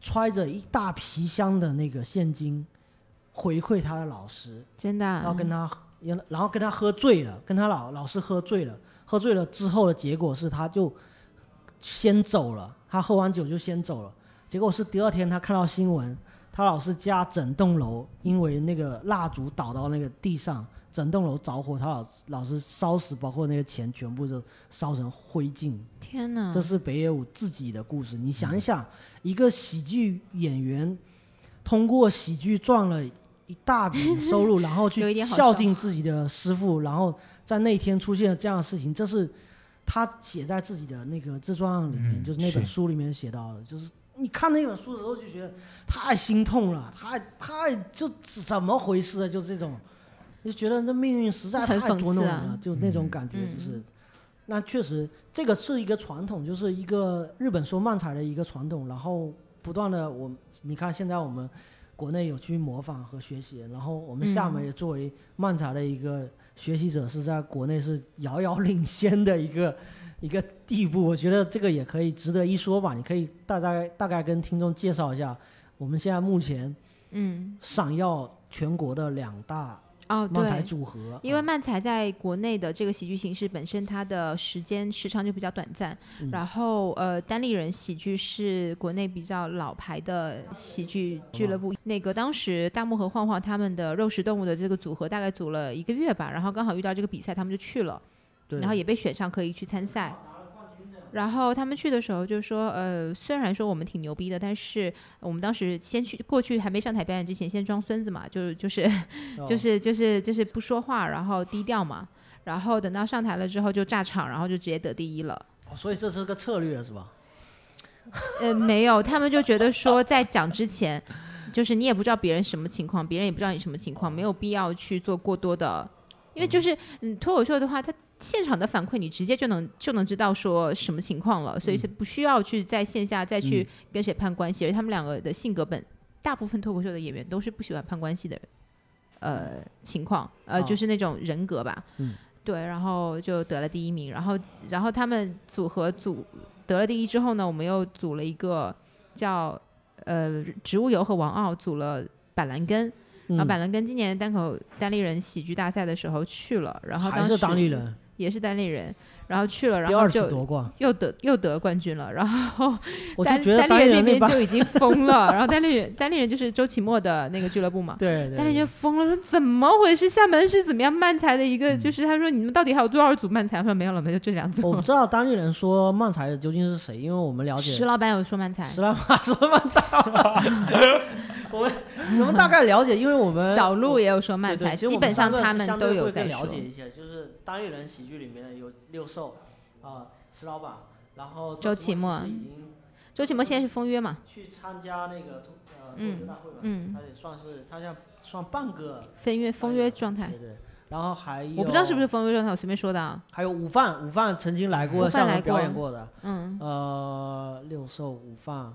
揣着一大皮箱的那个现金回馈他的老师， 真的啊， 然后跟他喝醉了，跟他老师喝醉了之后的结果是他就先走了，他喝完酒就先走了，结果是第二天他看到新闻，他老师家整栋楼因为那个蜡烛倒到那个地上，整栋楼着火，他老师烧死，包括那个钱全部都烧成灰烬。 天哪！ 这是北野武自己的故事。你想一想，一个喜剧演员通过喜剧赚了一大笔收入，然后去孝敬自己的师傅，然后在那天出现了这样的事情，这是他写在自己的那个自传里面，就是那本书里面写到的，就是你看那本书的时候就觉得太心痛了，太就怎么回事啊？就这种，就觉得这命运实在太捉弄人了，就那种感觉，就是。那确实，这个是一个传统，就是一个日本说漫才的一个传统，然后不断的你看现在我们国内有去模仿和学习，然后我们厦门也作为漫才的一个学习者，是在国内是遥遥领先的一个地步。我觉得这个也可以值得一说吧。你可以大概跟听众介绍一下，我们现在目前闪耀全国的2大。漫才组合， 因为漫才在国内的这个喜剧形式本身，它的时长就比较短暂。然后单立人喜剧是国内比较老牌的喜剧俱乐部。那个当时大木和晃晃他们的肉食动物的这个组合大概组了1个月吧，然后刚好遇到这个比赛，他们就去了，然后也被选上可以去参赛。然后他们去的时候就说，虽然说我们挺牛逼的，但是我们当时过去还没上台表演之前，先装孙子嘛，就是不说话，然后低调嘛，然后等到上台了之后就炸场，然后就直接得第1了。 所以这是个策略是吧？ 没有，他们就觉得说在讲之前，就是你也不知道别人什么情况，别人也不知道你什么情况，没有必要去做过多的，因为就是脱口秀的话，它现场的反馈你直接就能知道说什么情况了，所以是不需要去在线下再去跟谁攀关系。而他们2个的性格大部分脱口秀的演员都是不喜欢攀关系的情况，就是那种人格吧。对，然后就得了第1名，然后他们组得了第1之后呢，我们又组了一个叫植物油和王傲组了板蓝根。然后板蓝根今年单立人喜剧大赛的时候去了，然后当时还是单立人， 也是单立人，然后去了，然后就又得冠军了，然后单立人那边就已经疯了，然后单立人就是周奇墨的那个俱乐部嘛， 对， 单立人就疯了，说怎么回事？厦门是怎么样漫才的一个？就是他说你们到底还有多少组漫才？他说没有了，就这2组。 我不知道单立人说漫才的究竟是谁，因为我们了解石老板有说漫才， 石老板说漫才。我们大概了解，因为我们小鹿也有说漫才，基本上他们都有在了解一些。就是单立人喜剧里面有六兽石老板，然后周奇墨现在是封约嘛， 去参加那个脱口秀大会嘛，他也算半个封约状态。 对，然后还有我不知道是不是封约状态，我随便说的啊。 还有午饭曾经来过厦门表演过的，六兽午饭，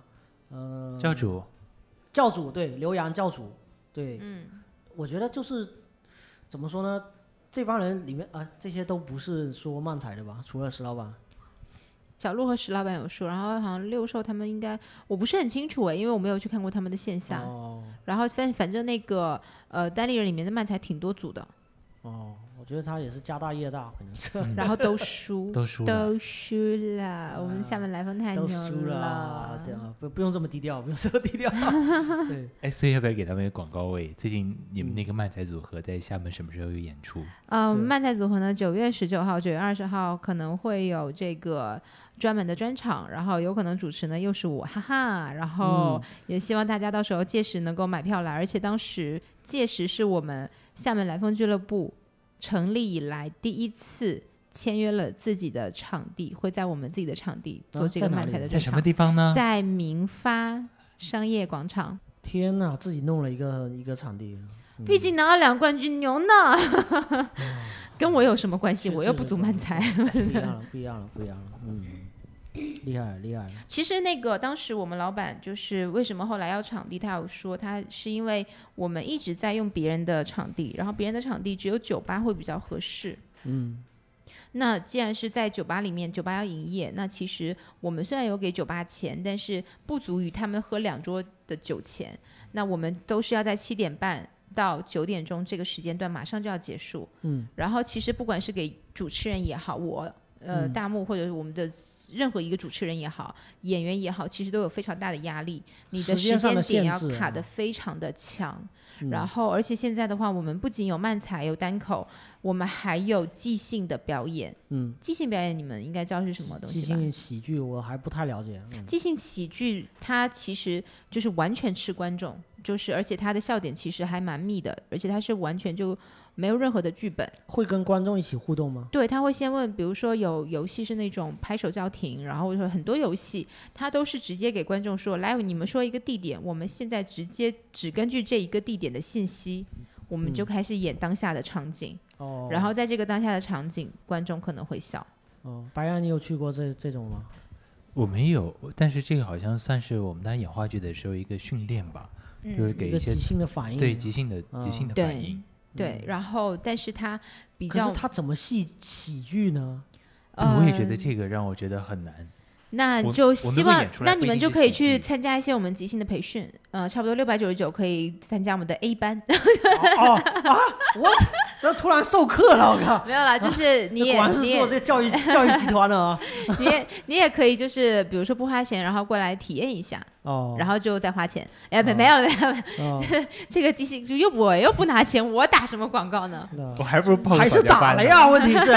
教主对，刘洋教主对，我觉得就是怎么说呢，这帮人里面这些都不是说漫才的吧？除了石老板， 小鹿和石老板有说，然后好像六兽他们应该我不是很清楚因为我没有去看过他们的线下。然后反正那个单立人里面的漫才挺多组的。 我觉得他也是家大业大，可能是。 然后都输了，我们厦门来风太牛了。对啊，不用这么低调，不用这么低调。 对。所以要不要给他们一个广告位？最近你们那个漫才组合在厦门什么时候有演出？ 漫才组合呢，9月19号、9月20号可能会有这个专门的专场，然后有可能主持呢又是我，哈哈。然后也希望大家到时候届时能够买票来，而且届时是我们厦门来风俱乐部成立以来第1次签约了自己的场地，会在我们自己的场地做这个漫才的专场。 在什么地方呢？ 在民发商业广场。 天哪，自己弄了一个场地。 毕竟拿了2冠军，牛呢。跟我有什么关系？我又不组漫才。 不一样了。厉害了。 其实那个当时我们老板就是为什么后来要场地，他有说他是因为我们一直在用别人的场地，然后别人的场地只有酒吧会比较合适。 那既然是在酒吧里面，酒吧要营业，那其实我们虽然有给酒吧钱，但是不足以他们喝2桌的酒钱。那我们都是要在7点半到9点钟这个时间段马上就要结束。然后其实不管是给主持人也好，大幕或者是我们的任何一个主持人也好，演员也好，其实都有非常大的压力，你的时间点要卡得非常的强。然后而且现在的话，我们不仅有漫才有单口，我们还有即兴的表演。即兴表演你们应该知道是什么东西吧？ 即兴喜剧我还不太了解。 即兴喜剧它其实就是完全吃观众，就是而且它的笑点其实还蛮密的，而且它是完全就没有任何的剧本。 会跟观众一起互动吗？ 对，他会先问，比如说有游戏是那种拍手叫停，然后说很多游戏他都是直接给观众说，来你们说一个地点，我们现在直接只根据这一个地点的信息，我们就开始演当下的场景。然后在这个当下的场景，观众可能会笑。 白羊，你有去过这种吗？ 我没有，但是这个好像算是我们当时演话剧的时候一个训练吧，就是给一些即兴的反应。 对，即兴的反应。 对，然后但是他比较， 可是他怎么喜剧呢？ 我也觉得这个让我觉得很难。 那就希望，那你们就可以去参加一些我们即兴的培训，差不多699可以参加我们的 A 班。 我突然授课了，我靠！ 没有啦，就是你也做这教育集团的啊。 你也可以就是比如说不花钱，然后过来体验一下。然后就再花钱。没有了，这个即兴就我又不拿钱，我打什么广告呢？ 我还不如报还是打了呀，问题是。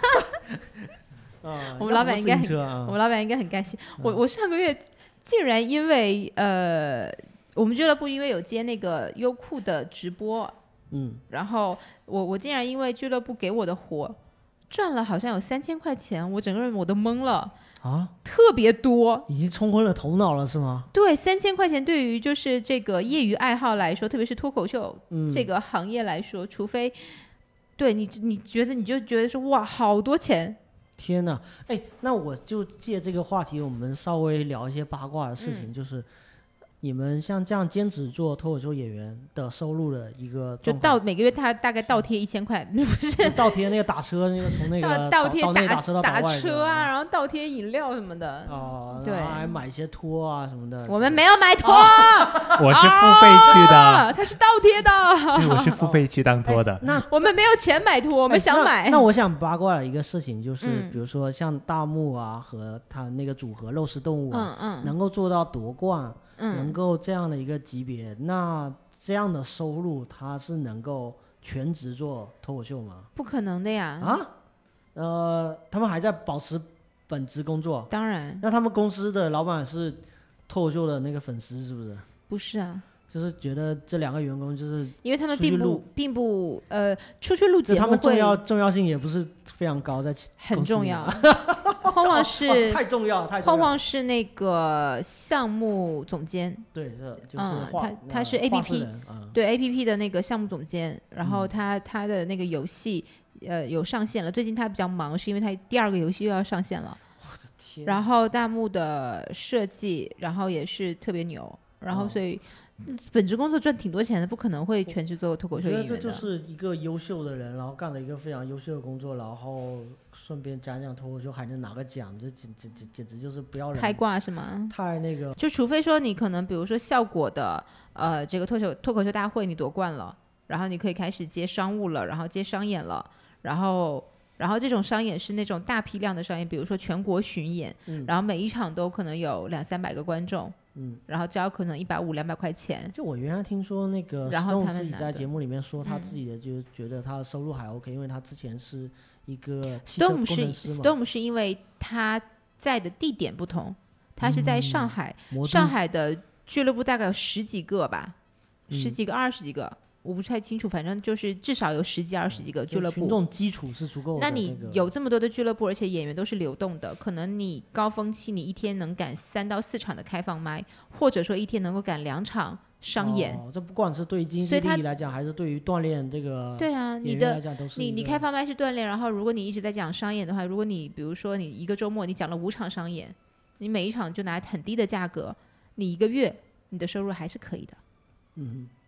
我们老板应该很开心。我上个月竟然因为我们俱乐部因为有接那个优酷的直播，然后我竟然因为俱乐部给我的活赚了好像有3000块钱，我整个人我都懵了啊， 特别多， 已经冲昏了头脑了是吗？ 对，3000块钱对于就是这个业余爱好来说，特别是脱口秀这个行业来说，除非对你觉得说哇好多钱。 天哪，那我就借这个话题，我们稍微聊一些八卦的事情，就是你们像这样兼职做脱口秀演员的收入的一个状况， 就每个月他大概倒贴1000块，不是倒贴那个打车那个从那个倒贴打车到打车啊，然后倒贴饮料什么的对， 还买一些托啊什么的。 我们没有买托， 我是付费去的， 他是倒贴的。 对，我是付费去当托的。 那我们没有钱买托，我们想买。 那我想八卦的一个事情就是，比如说像大木啊和他那个组合肉食动物能够做到夺冠。能够这样的一个级别，那这样的收入他是能够全职做脱口秀吗？ 不可能的呀！ 他们还在保持本职工作。 当然。那他们公司的老板是脱口秀的那个粉丝是不是？ 不是啊， 就是觉得这2个员工就是因为他们并不出去录节目他们重要性也不是非常高，在很重要。晃晃是太重要。 晃晃是那个项目总监， 对，就是他是 APP 对 APP 的那个项目总监，然后他的那个游戏有上线了，最近他比较忙，是因为他第2个游戏又要上线了。 我的天！ 然后弹幕的设计，然后也是特别牛，然后所以。本职工作赚挺多钱的，不可能会全职做脱口秀演员的。 我觉得这就是一个优秀的人，然后干了一个非常优秀的工作，然后顺便讲脱口秀还能拿个奖，这简直就是不要人。 开挂是吗？ 太那个。 就除非说你可能比如说效果的这个脱口秀大会你夺冠了，然后你可以开始接商务了，然后接商演了，然后这种商演是那种大批量的商演，比如说全国巡演，然后每一场都可能有200-300个观众。然后交可能150-200块钱。 就我原来听说那个 Stone 自己在节目里面说他自己的就觉得他的收入还 OK，因为他之前是一个汽车工程师嘛。 Stone 是因为他在的地点不同，他是在上海，上海的俱乐部大概有10几个吧，10几个20几个。我不太清楚，反正就是至少有10几20几个俱乐部， 群众基础是足够的。 那你有这么多的俱乐部，而且演员都是流动的，可能你高峰期你一天能赶3到4场的开放麦，或者说一天能够赶2场商演。 这不管是对于经济利益来讲，还是对于锻炼这个对啊，你开放麦是锻炼，然后如果你一直在讲商演的话，如果你比如说你一个周末你讲了5场商演，你每一场就拿很低的价格，你1个月你的收入还是可以的。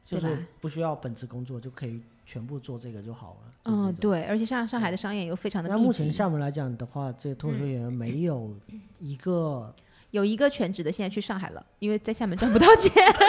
就是不需要本职工作就可以全部做这个就好了。 嗯，对，而且上海的商演又非常的密集。 那目前厦门来讲的话，这个脱口秀演员没有一个、 有一个全职的现在去上海了，因为在厦门赚不到钱。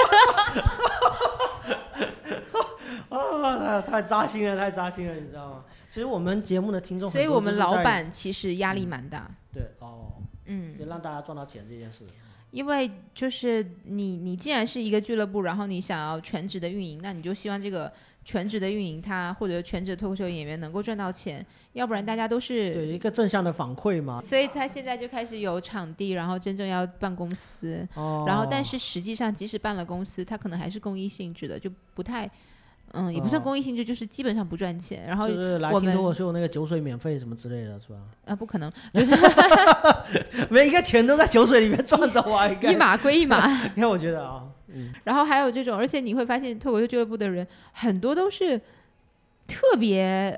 太扎心了，太扎心了，你知道吗？其实我们节目的听众， 所以我们老板其实压力蛮大。 对就让大家赚到钱这件事。 因为就是你既然是一个俱乐部，然后你想要全职的运营，那你就希望这个全职的运营他或者全职的脱口秀演员能够赚到钱，要不然大家都是对一个正向的反馈嘛。 所以他现在就开始有场地，然后真正要办公司，然后但是实际上即使办了公司，他可能还是公益性质的，就不太也不算公益性质，就是基本上不赚钱。然后就是来听脱口秀那个酒水免费什么之类的，是吧？ 不可能， 每一个钱都在酒水里面赚走啊， 一码归一码。 因为我觉得然后还有这种，而且你会发现脱口秀俱乐部的人很多都是特别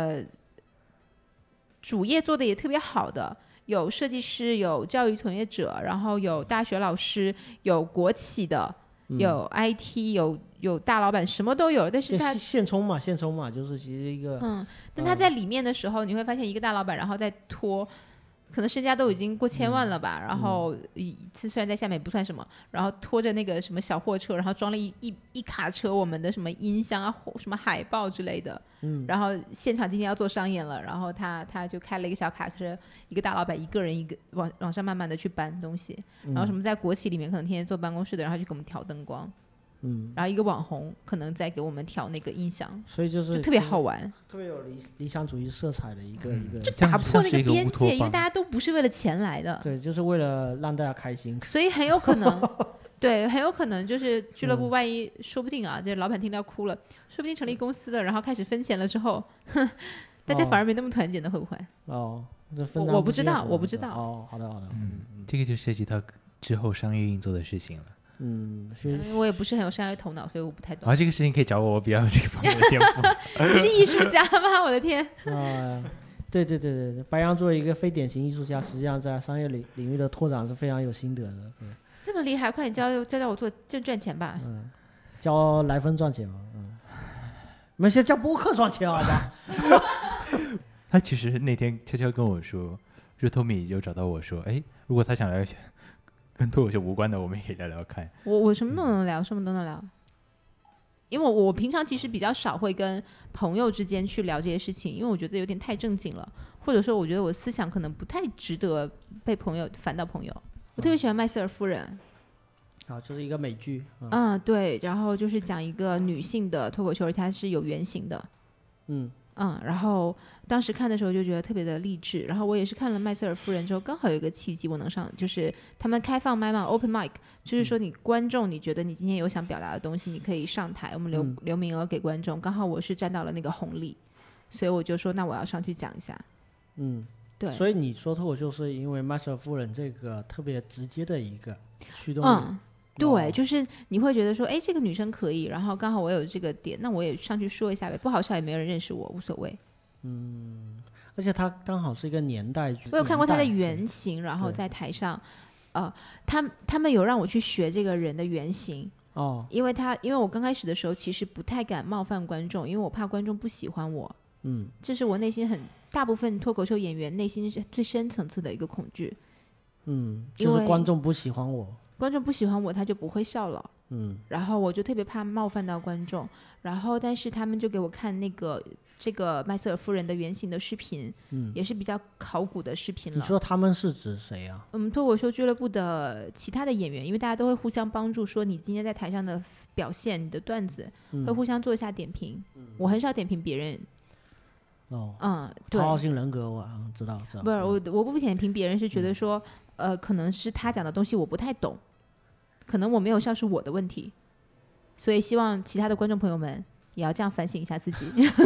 主业做的也特别好的，有设计师，有教育从业者，然后有大学老师，有国企的，有 IT， 有大老板，什么都有。但是他现充嘛，就是其实一个但他在里面的时候，你会发现一个大老板，然后再拖。可能身家都已经过千万了吧，然后虽然在下面也不算什么，然后拖着那个什么小货车，然后装了一卡车我们的什么音箱啊、什么海报之类的，然后现场今天要做商演了，然后他就开了一个小卡车，一个大老板一个人一个往上慢慢的去搬东西，然后什么在国企里面可能天天坐办公室的，然后就给我们调灯光。然后一个网红可能在给我们调那个音响， 所以就特别好玩， 特别有理想主义色彩的一个就打破那个边界，因为大家都不是为了钱来的， 对，就是为了让大家开心， 所以很有可能对，很有可能就是俱乐部万一说不定啊，这老板听到哭了，说不定成立公司了，然后开始分钱了之后，大家反而没那么团结呢，会不会？我不知道。 好的。 这个就涉及到之后商业运作的事情了。 我也不是很有商业头脑，所以我不太懂。 这个事情可以找我，我比较有这个方面的天赋。 你是艺术家吗？我的天！ 对，白羊作为一个非典型艺术家，实际上在商业领域的拓展是非常有心得的。 这么厉害，快点教我做赚钱吧。 教来分赚钱嘛。没先教播客赚钱好吧？ 他其实那天悄悄跟我说，Tommy 有找到我说，如果他想聊跟脱口秀无关的，我们也可以聊聊看。 我什么都能聊，什么都能聊。因为我平常其实比较少会跟朋友之间去聊这些事情，因为我觉得有点太正经了，或者说我觉得我思想可能不太值得被烦到朋友。我特别喜欢麦瑟尔夫人。 就是一个美剧。 对，然后就是讲一个女性的脱口秀，而且它是有原型的。然后当时看的时候就觉得特别的励志，然后我也是看了麦瑟尔夫人之后，刚好有一个契机我能上，就是他们开放麦嘛 ，open mic， 就是说你观众你觉得你今天有想表达的东西，你可以上台，我们留名额给观众，刚好我是占到了那个红利，所以我就说那我要上去讲一下。对， 所以你说脱口秀是因为麦瑟尔夫人这个特别直接的一个驱动力。 对，就是你会觉得说，这个女生可以，然后刚好我有这个点，那我也上去说一下呗，不好笑也没有人认识我，无所谓。 而且她刚好是一个年代。 我有看过她的原型，然后在台上，他们有让我去学这个人的原型。因为我刚开始的时候其实不太敢冒犯观众，因为我怕观众不喜欢我。这是我内心大部分脱口秀演员内心是最深层次的一个恐惧。 就是观众不喜欢我。 观众不喜欢我，他就不会笑了。然后我就特别怕冒犯到观众，然后但是他们就给我看这个麦瑟尔夫人的原型的视频，也是比较考古的视频了。 你说他们是指谁啊？ 脱口秀俱乐部的其他的演员，因为大家都会互相帮助，说你今天在台上的表现，你的段子，会互相做一下点评。我很少点评别人。对， 讨好型人格我知道。 不是我不点评别人，是觉得说可能是他讲的东西我不太懂，可能我没有笑是我的问题，所以希望其他的观众朋友们也要这样反省一下自己。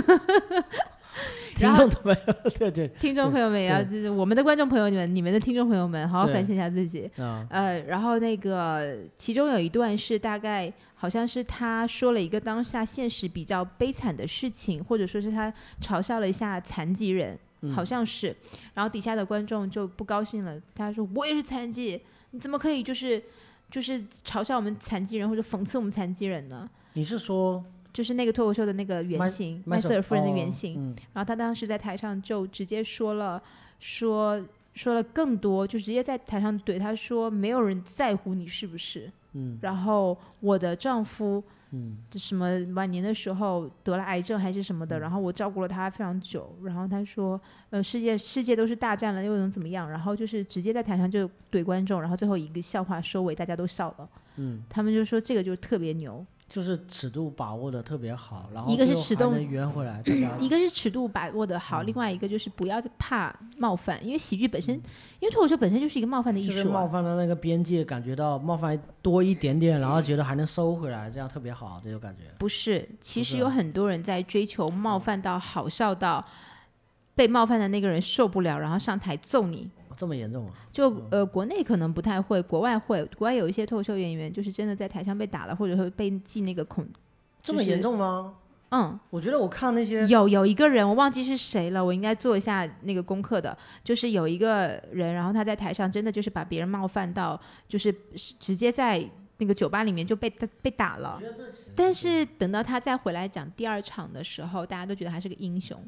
听众朋友，对， 听众朋友们也要，就是我们的观众朋友们，你们的听众朋友们，好好反省一下自己。然后那个其中有一段是大概好像是他说了一个当下现实比较悲惨的事情，或者说是他嘲笑了一下残疾人，好像是，然后底下的观众就不高兴了，他说我也是残疾，你怎么可以就是嘲笑我们残疾人或者讽刺我们残疾人呢？ 你是说就是那个脱口秀的那个原型，麦瑟尔夫人的原型。然后他当时在台上就直接说了更多，就直接在台上怼他说，没有人在乎你是不是。然后我的丈夫。什么晚年的时候得了癌症还是什么的，然后我照顾了他非常久，然后他说世界都是大战了又能怎么样，然后就是直接在台上就怼观众，然后最后一个笑话收尾大家都笑了。他们就说这个就特别牛， 就是尺度把握的特别好，然后一个是尺度能圆回来， 一个是尺度把握的好，另外一个就是不要怕冒犯，因为喜剧本身，因为脱口秀本身就是一个冒犯的艺术， 就是冒犯的那个边界，感觉到冒犯多一点点，然后觉得还能收回来，这样特别好，这种感觉。 不是，其实有很多人在追求冒犯到好笑到被冒犯的那个人受不了，然后上台揍你。 这么严重啊？ 就国内可能不太会，国外会。国外有一些脱口秀演员，就是真的在台上被打了，或者会被记那个这么严重吗？我觉得我看那些有一个人我忘记是谁了，我应该做一下那个功课的。就是有一个人，然后他在台上真的就是把别人冒犯到，就是直接在那个酒吧里面就被打了。但是等到他再回来讲第二场的时候，大家都觉得他是个英雄。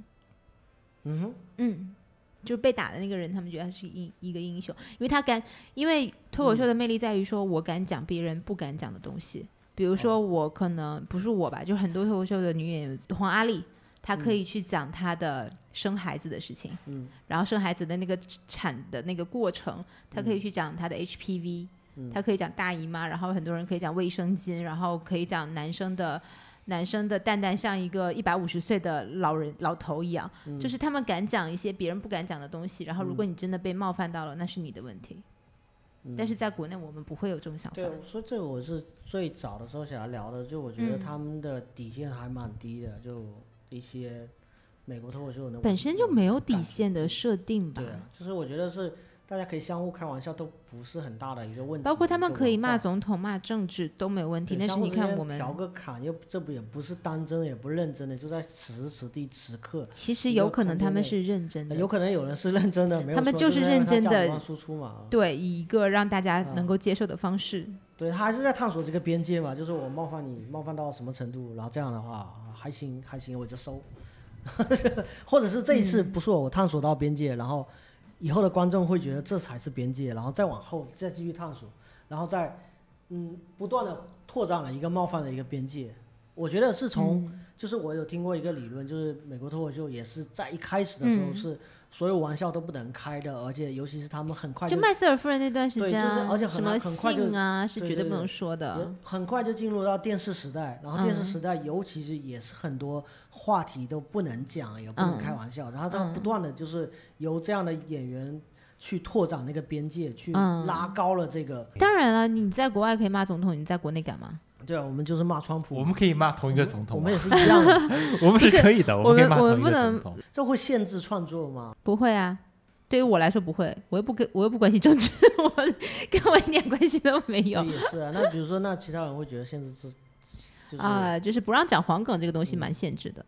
就是被打的那个人，他们觉得他是一个英雄，因为脱口秀的魅力在于说，我敢讲别人不敢讲的东西。比如说我可能不是我吧，就很多脱口秀的女演员，黄阿丽，她可以去讲她的生孩子的事情，然后生孩子的那个产的那个过程，她可以去讲她的 HPV，她可以讲大姨妈，然后很多人可以讲卫生巾，然后可以讲男生的蛋蛋像一个150岁的老头一样，就是他们敢讲一些别人不敢讲的东西，然后如果你真的被冒犯到了，那是你的问题。但是在国内我们不会有这种想法。 对，所以这个我是最早的时候想要聊的，就我觉得他们的底线还蛮低的，就一些美国脱口秀的本身就没有底线的设定吧。 对啊，就是我觉得是大家可以相互开玩笑，都不是很大的一个问题。 包括他们可以骂总统、骂政治都没有问题，但是你看我们调个侃，这不也不是当真也不认真的，就在此时此地此刻。 其实有可能他们是认真的， 有可能有人是认真的，没有他们就是认真的输出嘛。 对，以一个让大家能够接受的方式。 对，他还是在探索这个边界嘛，就是我冒犯你，冒犯到什么程度，然后这样的话还行，我就收。或者是这一次不是我探索到边界，然后以后的观众会觉得这才是边界，然后再往后再继续探索，然后再不断的拓展了一个冒犯的一个边界。我觉得是从就是我有听过一个理论，就是美国脱口秀也是在一开始的时候是所有玩笑都不能开的，而且尤其是他们很快就麦瑟尔夫人那段时间啊， 对，就是而且什么性啊是绝对不能说的， 很快就进入到电视时代，然后电视时代尤其是也是很多话题都不能讲，也不能开玩笑，然后他不断的就是由这样的演员去拓展那个边界，去拉高了这个。 当然了，你在国外可以骂总统，你在国内敢吗？ 对啊，我们就是骂川普， 我们可以骂同一个总统， 我们也是一样的， 我们是可以的，我们可以骂同一个总统。 这会限制创作吗？ 不会啊，对于我来说不会，我又不关心政治，跟我一点关系都没有。 也是啊，那比如说，那其他人会觉得限制就是不让讲黄梗这个东西蛮限制的。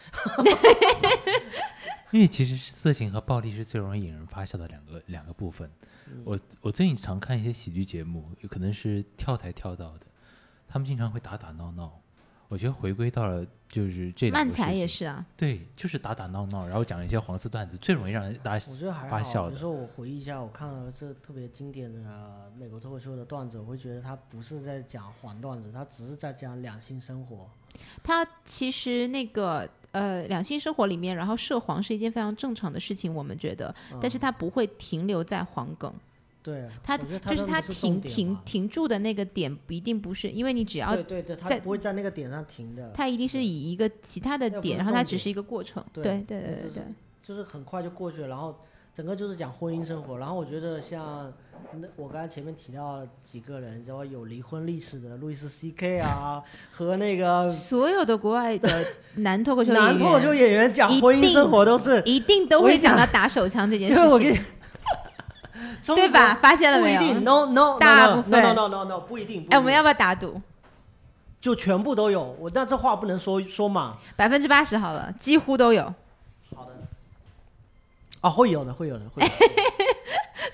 因为其实色情和暴力是最容易引人发笑的两个部分。我最近常看一些喜剧节目，有可能是跳台跳到的，他们经常会打打闹闹。我觉得回归到了就是这两个事情。 漫才也是啊， 对，就是打打闹闹，然后讲一些黄色段子，最容易让大家发笑的。 比如说我回忆一下，我看了这特别经典的美国脱口秀的段子，我会觉得他不是在讲黄段子，他只是在讲两性生活。 他其实那个两性生活里面，然后涉黄是一件非常正常的事情，我们觉得，但是他不会停留在黄梗。 对， 他就是他停住的那个点不一定不是，因为你只要对，他不会在那个点上停的， 他一定是以一个其他的点，然后它只是一个过程。对， 就是很快就过去了，然后整个就是讲婚姻生活。然后我觉得像我刚才前面提到几个人，然后有离婚历史的路易斯 CK 啊，和那个所有的国外的男脱口秀演员讲婚姻生活都是一定都会讲到打手枪这件事情。对吧？发现了没有？ 不一定 ，no， 大部分 no，不一定。 我们要不要打赌？ 就全部都有。但这话不能说满。 80%好了，几乎都有。 好的。会有的。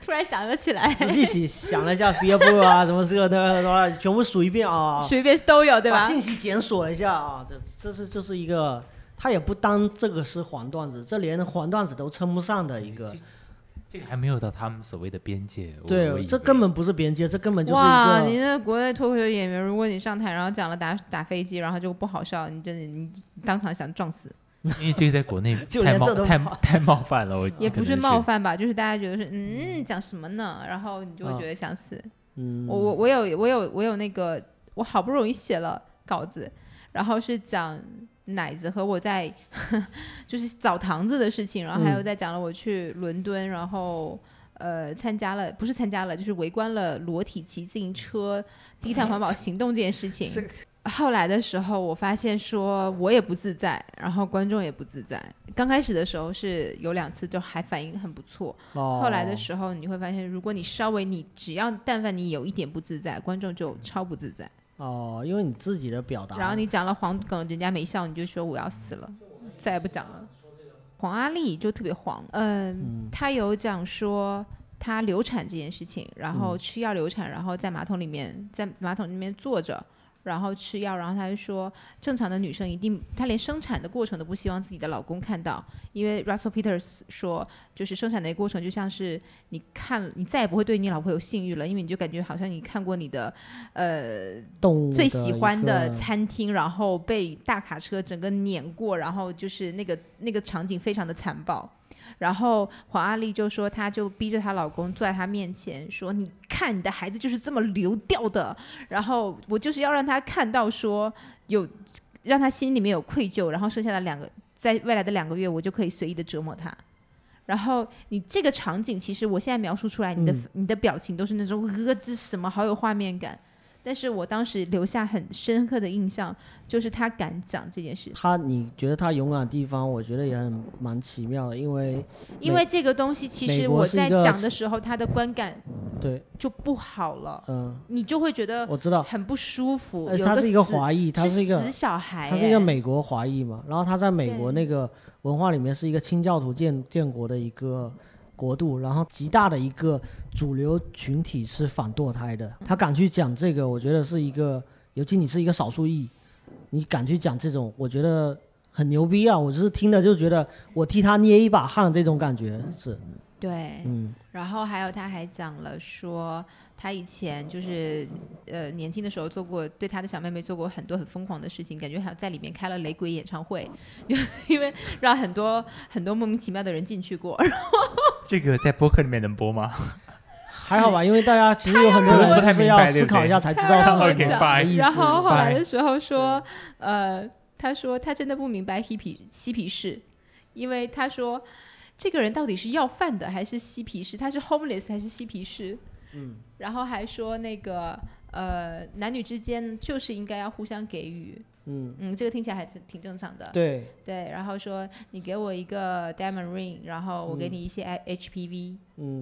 突然想了起来， 仔细想了一下 Billboard 啊，什么这个那个，全部数一遍啊， 数一遍都有，对吧？ 把信息检索了一下啊，就是一个，他也不当这个是黄段子，这连黄段子都称不上的一个。 这个还没有到他们所谓的边界。 对，这根本不是边界，这根本就是一个。 哇，你那国内脱口秀演员，如果你上台然后讲了打飞机，然后就不好笑，你真的你当场想撞死。 因为这个在国内太冒犯了， 也不是冒犯吧，就是大家觉得是讲什么呢？然后你就会觉得想死。我有那个，我好不容易写了稿子，然后是讲奶子和我在就是澡堂子的事情，然后还有在讲了我去伦敦，然后不是参加了，就是围观了裸体骑自行车低碳环保行动这件事情。后来的时候我发现说我也不自在，然后观众也不自在。刚开始的时候是有2次就还反应很不错，后来的时候你会发现，如果你只要但凡你有一点不自在，观众就超不自在。 因为你自己的表达， 然后你讲了黄梗，人家没笑，你就说我要死了，再也不讲了。黄阿丽就特别黄，她有讲说她流产这件事情，然后吃药流产，然后在马桶里面坐着，然后吃药，然后她就说正常的女生她连生产的过程都不希望自己的老公看到，因为 Russell Peters 说就是生产的过程就像是你再也不会对你老婆有性欲了，因为你就感觉好像你看过你的最喜欢的餐厅，然后被大卡车整个碾过，然后就是那个场景非常的残暴。然后黄阿丽就说她就逼着她老公坐在她面前说，你看你的孩子就是这么流掉的，然后我就是要让他看到说让他心里面有愧疚，然后剩下的在未来的2个月我就可以随意的折磨他。然后你这个场景其实我现在描述出来，你的表情都是那种这什么好有画面感，但是我当时留下很深刻的印象就是他敢讲这件事。 你觉得他勇敢的地方我觉得也蛮奇妙的，因为这个东西其实我在讲的时候他的观感对就不好了，你就会觉得我知道很不舒服。 他是一个华裔，他是一个死小孩， 他是一个美国华裔嘛，然后他在美国那个文化里面是一个清教徒建国的一个国度，然后极大的一个主流群体是反堕胎的，他敢去讲这个，我觉得是一个，尤其你是一个少数裔，你敢去讲这种，我觉得很牛逼啊！我就是听了就觉得我替他捏一把汗，这种感觉是。 对，然后还有他还讲了说他以前就是年轻的时候对他的小妹妹做过很多很疯狂的事情，感觉还在里面开了雷鬼演唱会，就因为让很多莫名其妙的人进去过。然后这个在播客里面能播吗？ 还好吧，因为大家其实有很多人就是要思考一下才知道是什么意思。 然后后来的时候说他说他真的不明白嬉皮士，因为他说这个人到底是要饭的还是嬉皮士，他是 homeless 还是嬉皮士。然后还说那个男女之间就是应该要互相给予。这个听起来还是挺正常的。 对， 然后说你给我一个 diamond ring， 然后我给你一些 HPV。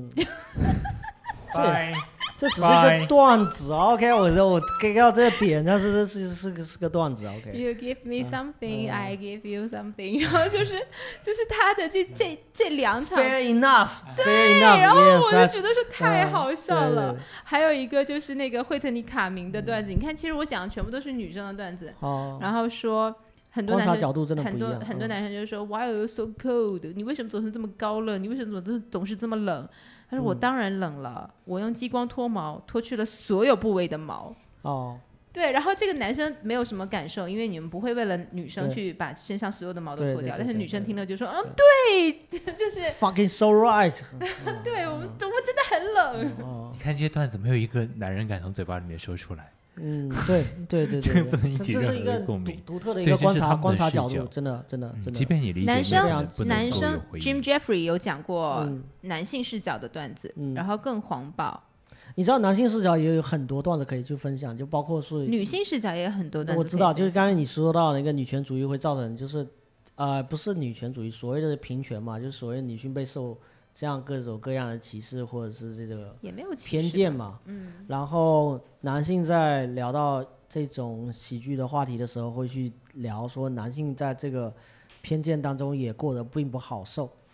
这只是个段子 ，OK， 我 get 到这个点，但是这是个段子 ，OK。 You give me something， I give you something， 然后就是他的这2场 ，Fair enough， 对，然后我就觉得说太好笑了。 对还有一个就是那个惠特尼卡明的段子，你看，其实我讲的全部都是女生的段子，然后说。很多男生角度真的不一样， 很多男生就说 Why are you so cold？ 你为什么总是这么高冷？你为什么总是这么冷？他说我当然冷了，我用激光脱毛脱去了所有部位的毛。对，然后这个男生没有什么感受，因为你们不会为了女生去把身上所有的毛都脱掉，但是女生听了就说对，就是 fucking so right 对，我们真的很冷。 你看这些段子没有一个男人敢从嘴巴里面说出来。 对， 这个不能引起任何的共鸣， 独特的一个观察角度，真的。 即便你理解男生 Jim Jeffrey 有讲过男性视角的段子，然后更黄暴。 你知道男性视角也有很多段子可以去分享，就包括是女性视角也有很多段子。 我知道，就是刚才你说到那个女权主义会造成，就是不是女权主义，所谓的平权嘛，就是所谓女性被受这样各种各样的歧视或者是这个偏见嘛。然后男性在聊到这种喜剧的话题的时候，会去聊说男性在这个偏见当中也过得并不好受。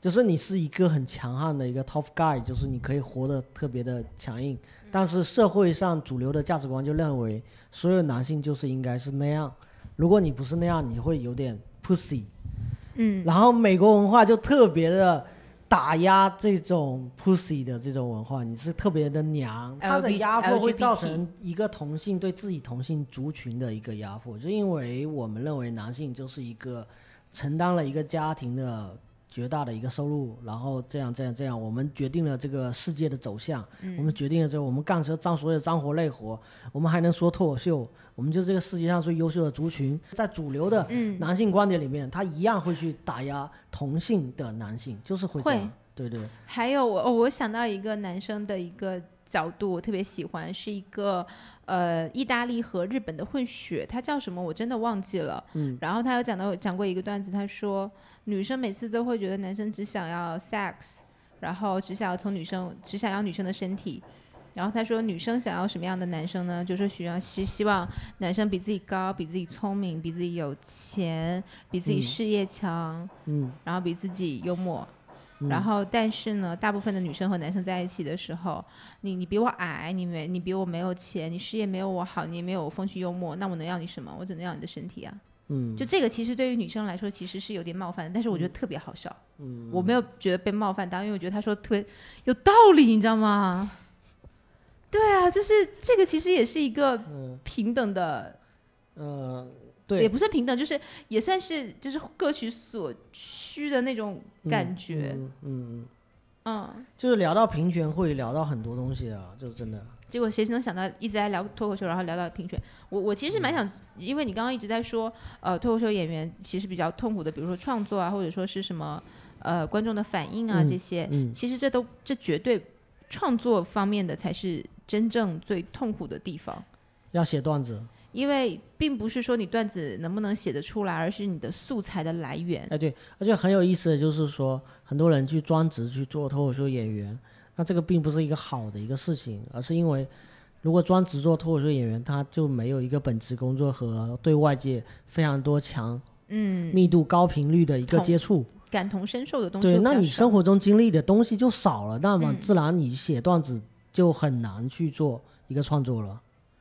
就是你是一个很强悍的一个 tough guy， 就是你可以活得特别的强硬，但是社会上主流的价值观就认为所有男性就是应该是那样，如果你不是那样，你会有点 pussy。然后美国文化就特别的打压这种 pussy 的这种文化，你是特别的娘，它的压迫会造成一个同性对自己同性族群的一个压迫，就因为我们认为男性就是一个承担了一个家庭的绝大的一个收入，然后这样，我们决定了这个世界的走向，我们决定了这个，我们干所有脏活累活，我们还能说脱口秀，我们就是这个世界上最优秀的族群。在主流的男性观点里面，他一样会去打压同性的男性，就是会这样。对。 还有我想到一个男生的一个角度，我特别喜欢，是一个意大利和日本的混血，他叫什么我真的忘记了。然后他有讲过一个段子，他说女生每次都会觉得男生只想要 sex， 然后只想要女生的身体。然后他说女生想要什么样的男生呢？就是希望男生比自己高，比自己聪明，比自己有钱，比自己事业强，然后比自己幽默。然后但是呢，大部分的女生和男生在一起的时候，你比我矮，你比我没有钱，你事业没有我好，你也没有我风趣幽默，那我能要你什么？我只能要你的身体啊。就这个其实对于女生来说其实是有点冒犯的，但是我觉得特别好笑。我没有觉得被冒犯到，因为我觉得他说特别有道理，你知道吗？对啊，就是这个其实也是一个平等的， 对， 也不算平等，就是也算是就是各取所需的那种感觉。 就是聊到平权会聊到很多东西啊，就是真的。 结果谁能想到一直在聊脱口秀，然后聊到平权？我其实蛮想，因为你刚刚一直在说，脱口秀演员其实比较痛苦的，比如说创作啊，或者说是什么观众的反应啊这些，其实这绝对创作方面的才是真正最痛苦的地方。 要写段子。 因为并不是说你段子能不能写得出来，而是你的素材的来源。 对，而且很有意思的就是说，很多人去专职去做脱口秀演员，那这个并不是一个好的一个事情，而是因为如果专职做脱口秀演员，他就没有一个本职工作和对外界非常多强密度高频率的一个接触， 感同身受的东西。 对，那你生活中经历的东西就少了，那么自然你写段子就很难去做一个创作了。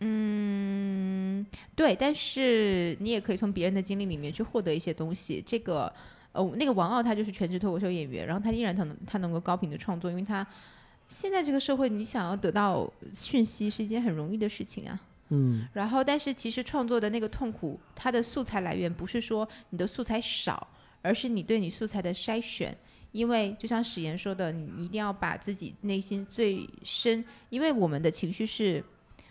对，但是你也可以从别人的经历里面去获得一些东西。这个那个王傲他就是全职脱口秀演员，然后他依然他能够高频的创作，因为他现在这个社会你想要得到讯息是一件很容易的事情啊。然后但是其实创作的那个痛苦，它的素材来源不是说你的素材少，而是你对你素材的筛选。因为就像史岩说的，你一定要把自己内心最深，因为我们的情绪是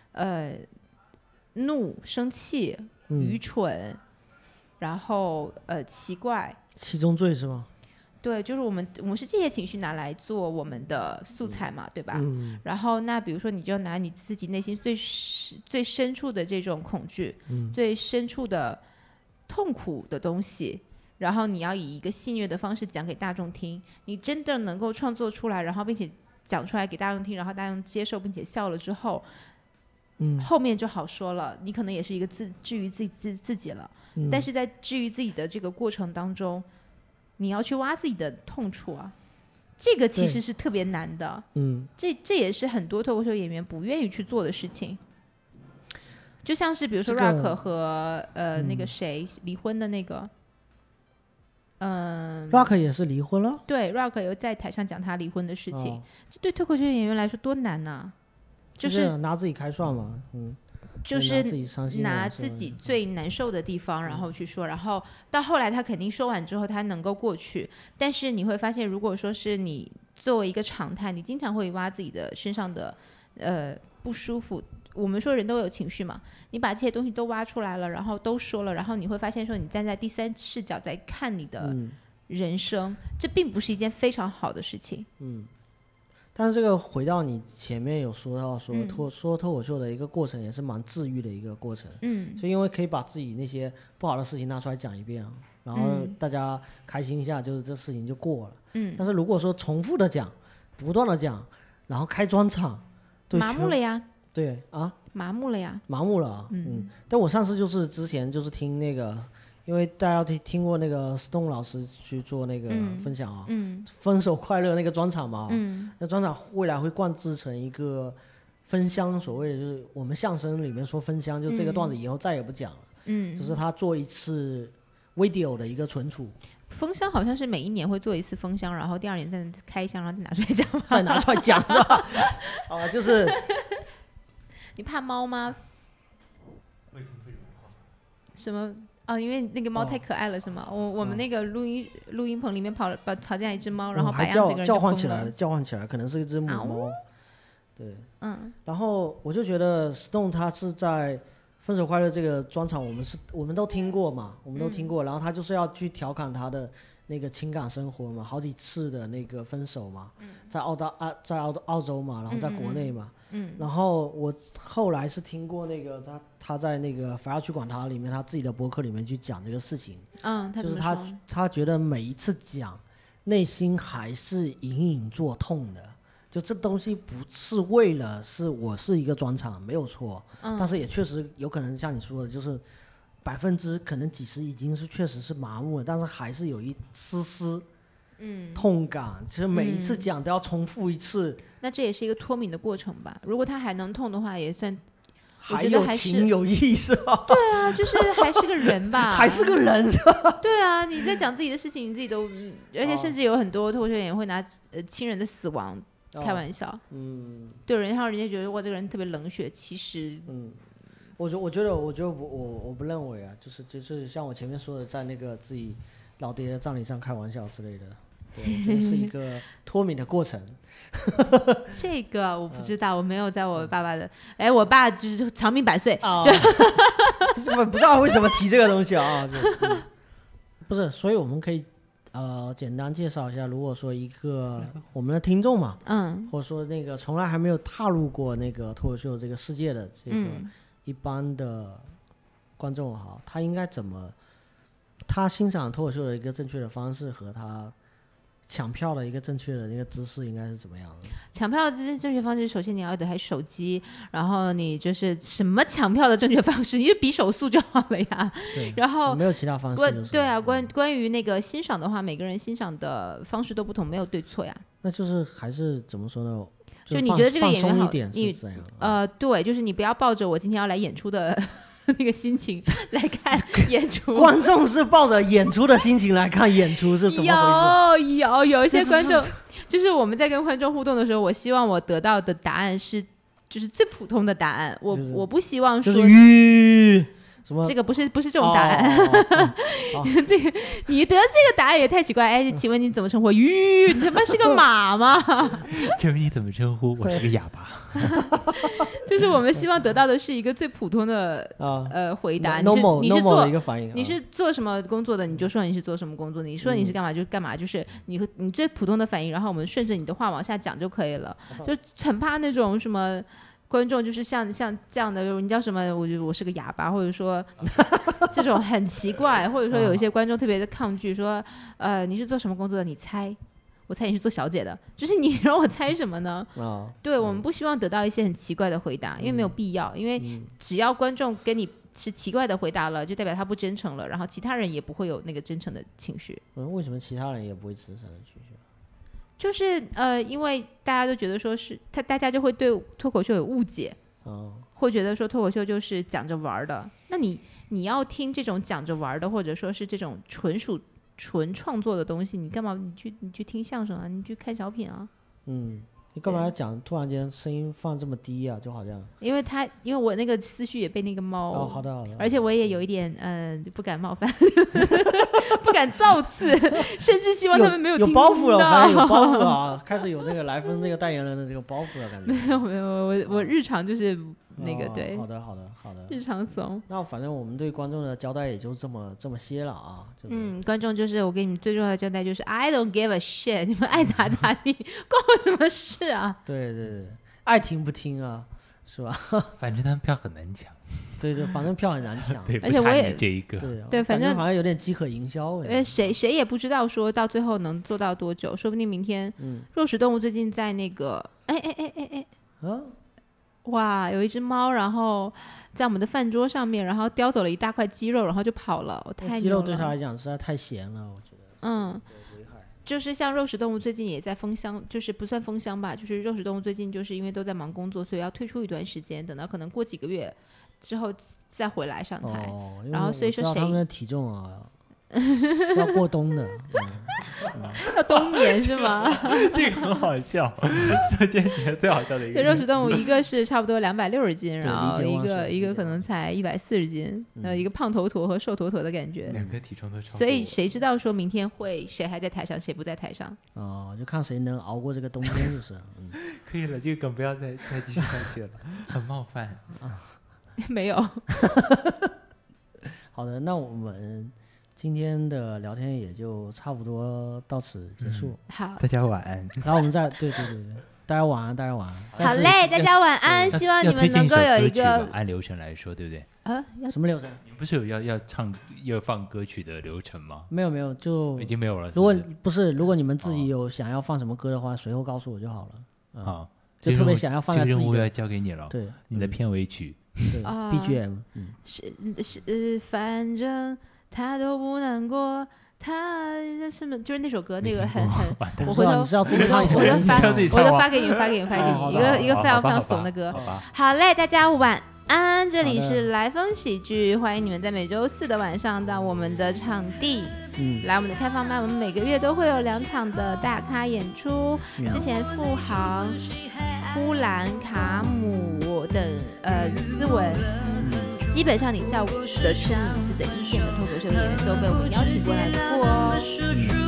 怒、生气、愚蠢，然后奇怪， 七宗罪是吗？ 对，就是我们是这些情绪拿来做我们的素材嘛，对吧？然后那比如说你就拿你自己内心最深处的这种恐惧，最深处的痛苦的东西，然后你要以一个戏谑的方式讲给大众听，你真的能够创作出来，然后并且讲出来给大众听，然后大众接受并且笑了之后，后面就好说了，你可能也是一个治愈自己了。但是在治愈自己的这个过程当中，你要去挖自己的痛处啊，这个其实是特别难的。这也是很多脱口秀演员不愿意去做的事情。就像是比如说 Rock 和那个谁离婚的那个 Rock 也是离婚了。 对， Rock 有在台上讲他离婚的事情，这对脱口秀演员来说多难啊，就是拿自己开涮嘛。 就是拿自己最难受的地方然后去说，然后到后来他肯定说完之后他能够过去。但是你会发现，如果说是你作为一个常态，你经常会挖自己的身上的不舒服，我们说人都有情绪嘛，你把这些东西都挖出来了，然后都说了，然后你会发现说你站在第三视角在看你的人生，这并不是一件非常好的事情。 但是这个回到你前面有说到说脱口秀的一个过程也是蛮治愈的一个过程。就因为可以把自己那些不好的事情拿出来讲一遍，然后大家开心一下，就是这事情就过了。但是如果说重复的讲，不断的讲，然后开专场， 麻木了呀。 对啊， 麻木了呀。 麻木了啊。但我上次就是之前就是听那个因为大家听过那个 Stone 老师去做那个分享啊，分手快乐那个专场嘛，那专场未来会灌制成一个分香，所谓的就是我们相声里面说分香，就这个段子以后再也不讲了，就是他做一次 video 的一个存储。 封箱好像是每一年会做一次封箱，然后第2年再开箱，然后再拿出来讲吗？ 再拿出来讲是吧？就是你怕猫吗？什么？因为那个猫太可爱了，是吗？我们那个录音棚里面跑进来一只猫，然后白羊整个人就疯了， 叫唤起来，可能是一只母猫。对，然后我就觉得 Stone 他是在分手快乐这个专场我们都听过嘛，然后他就是要去调侃他的那个情感生活嘛，好几次的那个分手嘛，在澳洲嘛，然后在国内嘛，然后我后来是听过那个他在那个法要去管他里面他自己的博客里面去讲这个事情，就是他觉得每一次讲内心还是隐隐作痛的。就这东西不是为了是我是一个专场没有错，但是也确实有可能像你说的，就是可能几十已经是确实是麻木了，但是还是有一丝丝痛感，其实每一次讲都要重复一次， 那这也是一个脱敏的过程吧。如果他还能痛的话，也算还有情有义是吧？ 对啊，就是还是个人吧， 还是个人是吧？ 对啊，你在讲自己的事情，你自己都，而且甚至有很多脱口秀演员会拿亲人的死亡开玩笑，对，然后人家觉得哇这个人特别冷血，其实， 我觉得我不认为啊，就是像我前面说的，在那个自己老爹的葬礼上开玩笑之类的，对，这是一个脱敏的过程。 这个我不知道，我没有在我爸爸的，我爸就是长命百岁， 不知道为什么提这个东西啊，不是，所以我们可以。简单介绍一下，如果说一个我们的听众嘛，或者说那个从来还没有踏入过那个脱口秀这个世界的这个一般的观众哈，他应该他欣赏脱口秀的一个正确的方式和他抢票的一个正确的一个姿势应该是怎么样的？ 抢票的正确方式，首先你要有台手机，然后你就是什么抢票的正确方式，你就比手速就好了呀。 对， 然后没有其他方式。 对啊，关于那个欣赏的话，每个人欣赏的方式都不同，没有对错呀。 那就是还是怎么说呢？ 就你觉得这个演员好， 对， 就是你不要抱着我今天要来演出的那个心情来看演出。 观众是抱着演出的心情来看演出是怎么回事？ 有一些观众，就是我们在跟观众互动的时候，我希望我得到的答案是就是最普通的答案，我不希望说什么这个不是这种答案。这个你得这个答案也太奇怪。请问你怎么称呼？你他妈是个马吗？ 请问你怎么称呼？我是个哑巴。 就是我们希望得到的是一个最普通的回答。 normal 的一个反应。 你是做什么工作的？你就说你是做什么工作的。你说你是干嘛就干嘛，就是你最普通的反应，然后我们顺着你的话往下讲就可以了。就很怕那种什么。观众就是像这样的，你叫什么？我是个哑巴，或者说这种很奇怪，或者说有一些观众特别的抗拒，说你是做什么工作的？你猜，我猜你是做小姐的，就是你让我猜什么呢？对，我们不希望得到一些很奇怪的回答，因为没有必要，因为只要观众跟你是奇怪的回答了，就代表他不真诚了，然后其他人也不会有那个真诚的情绪。 为什么其他人也不会真诚的情绪？ 就是因为大家都觉得说是大家就会对脱口秀有误解，会觉得说脱口秀就是讲着玩的。那你要听这种讲着玩的，或者说是这种纯创作的东西，你干嘛？你去听相声啊，你去看小品啊。 你干嘛要讲？突然间声音放这么低啊，就好像因为我那个思绪也被那个猫好的， 而且我也有一点不敢冒犯，不敢造次，甚至希望他们没有听到。 有包袱了，反正有包袱了啊，开始有这个来分这个代言人的这个包袱了，感觉。 没有，我日常就是那个对。 好的， 日常怂。 那反正我们对观众的交代也就这么些了啊。 观众就是我给你们最重要的交代就是 I don't give a shit， 你们爱咋地，关我什么事啊？ 对，爱听不听啊，是吧？ 反正他们票很难抢。 对，反正票很难抢。 对， 而且我也这一个。 对，反正好像有点饥渴营销。 谁也不知道说到最后能做到多久，说不定明天。肉食动物最近在那个哇，有一只猫，然后在我们的饭桌上面，然后叼走了一大块鸡肉，然后就跑了，太鸡肉牛了。 对他来讲实在太咸了，我觉得。 嗯，就是像肉食动物最近也在封箱，就是不算封箱吧，就是肉食动物最近就是因为都在忙工作，所以要退出一段时间，等到可能过几个月之后再回来上台。 哦， 然后所以说他们的体重啊是要过冬的。 要冬眠是吗？ 这个很好笑，是今天觉得最好笑的一个。 对，肉食动物一个是差不多260斤，然后理解万岁一个可能才140斤，一个胖头陀和瘦陀陀的感觉。 两个体重都差不多。 所以谁知道说明天会谁还在台上，谁不在台上？ 哦，就看谁能熬过这个冬天，就是。 可以了，这个梗不要再继续下去了，很冒犯。 没有。 好的，那我们今天的聊天也就差不多到此结束。 好， 大家晚安。 然后我们再对，大家晚安，大家晚安。 好嘞，大家晚安。希望你们能够有一个按流程来说，对不对？ 什么流程？ 你们不是有要放歌曲的流程吗？ 没有，就已经没有了。 如果你们自己有想要放什么歌的话，随后告诉我就好了。 好， 就特别想要放在自己的。 这个任务要交给你了。 对， 你的片尾曲。 对，BGM。 是，反正他都不难过。他什么？就是那首歌，那个很，我回头你是要自己唱一首， 我都发给你，一个非常非常怂的歌。好嘞，大家晚安，这里是来风喜剧，欢迎你们在每周4的晚上到我们的场地，来我们的开放麦，我们每个月都会有2场的大咖演出，之前付航、呼兰、卡姆等斯文。基本上你叫得出名字的一线的脱口秀演员都被我们邀请过来过哦。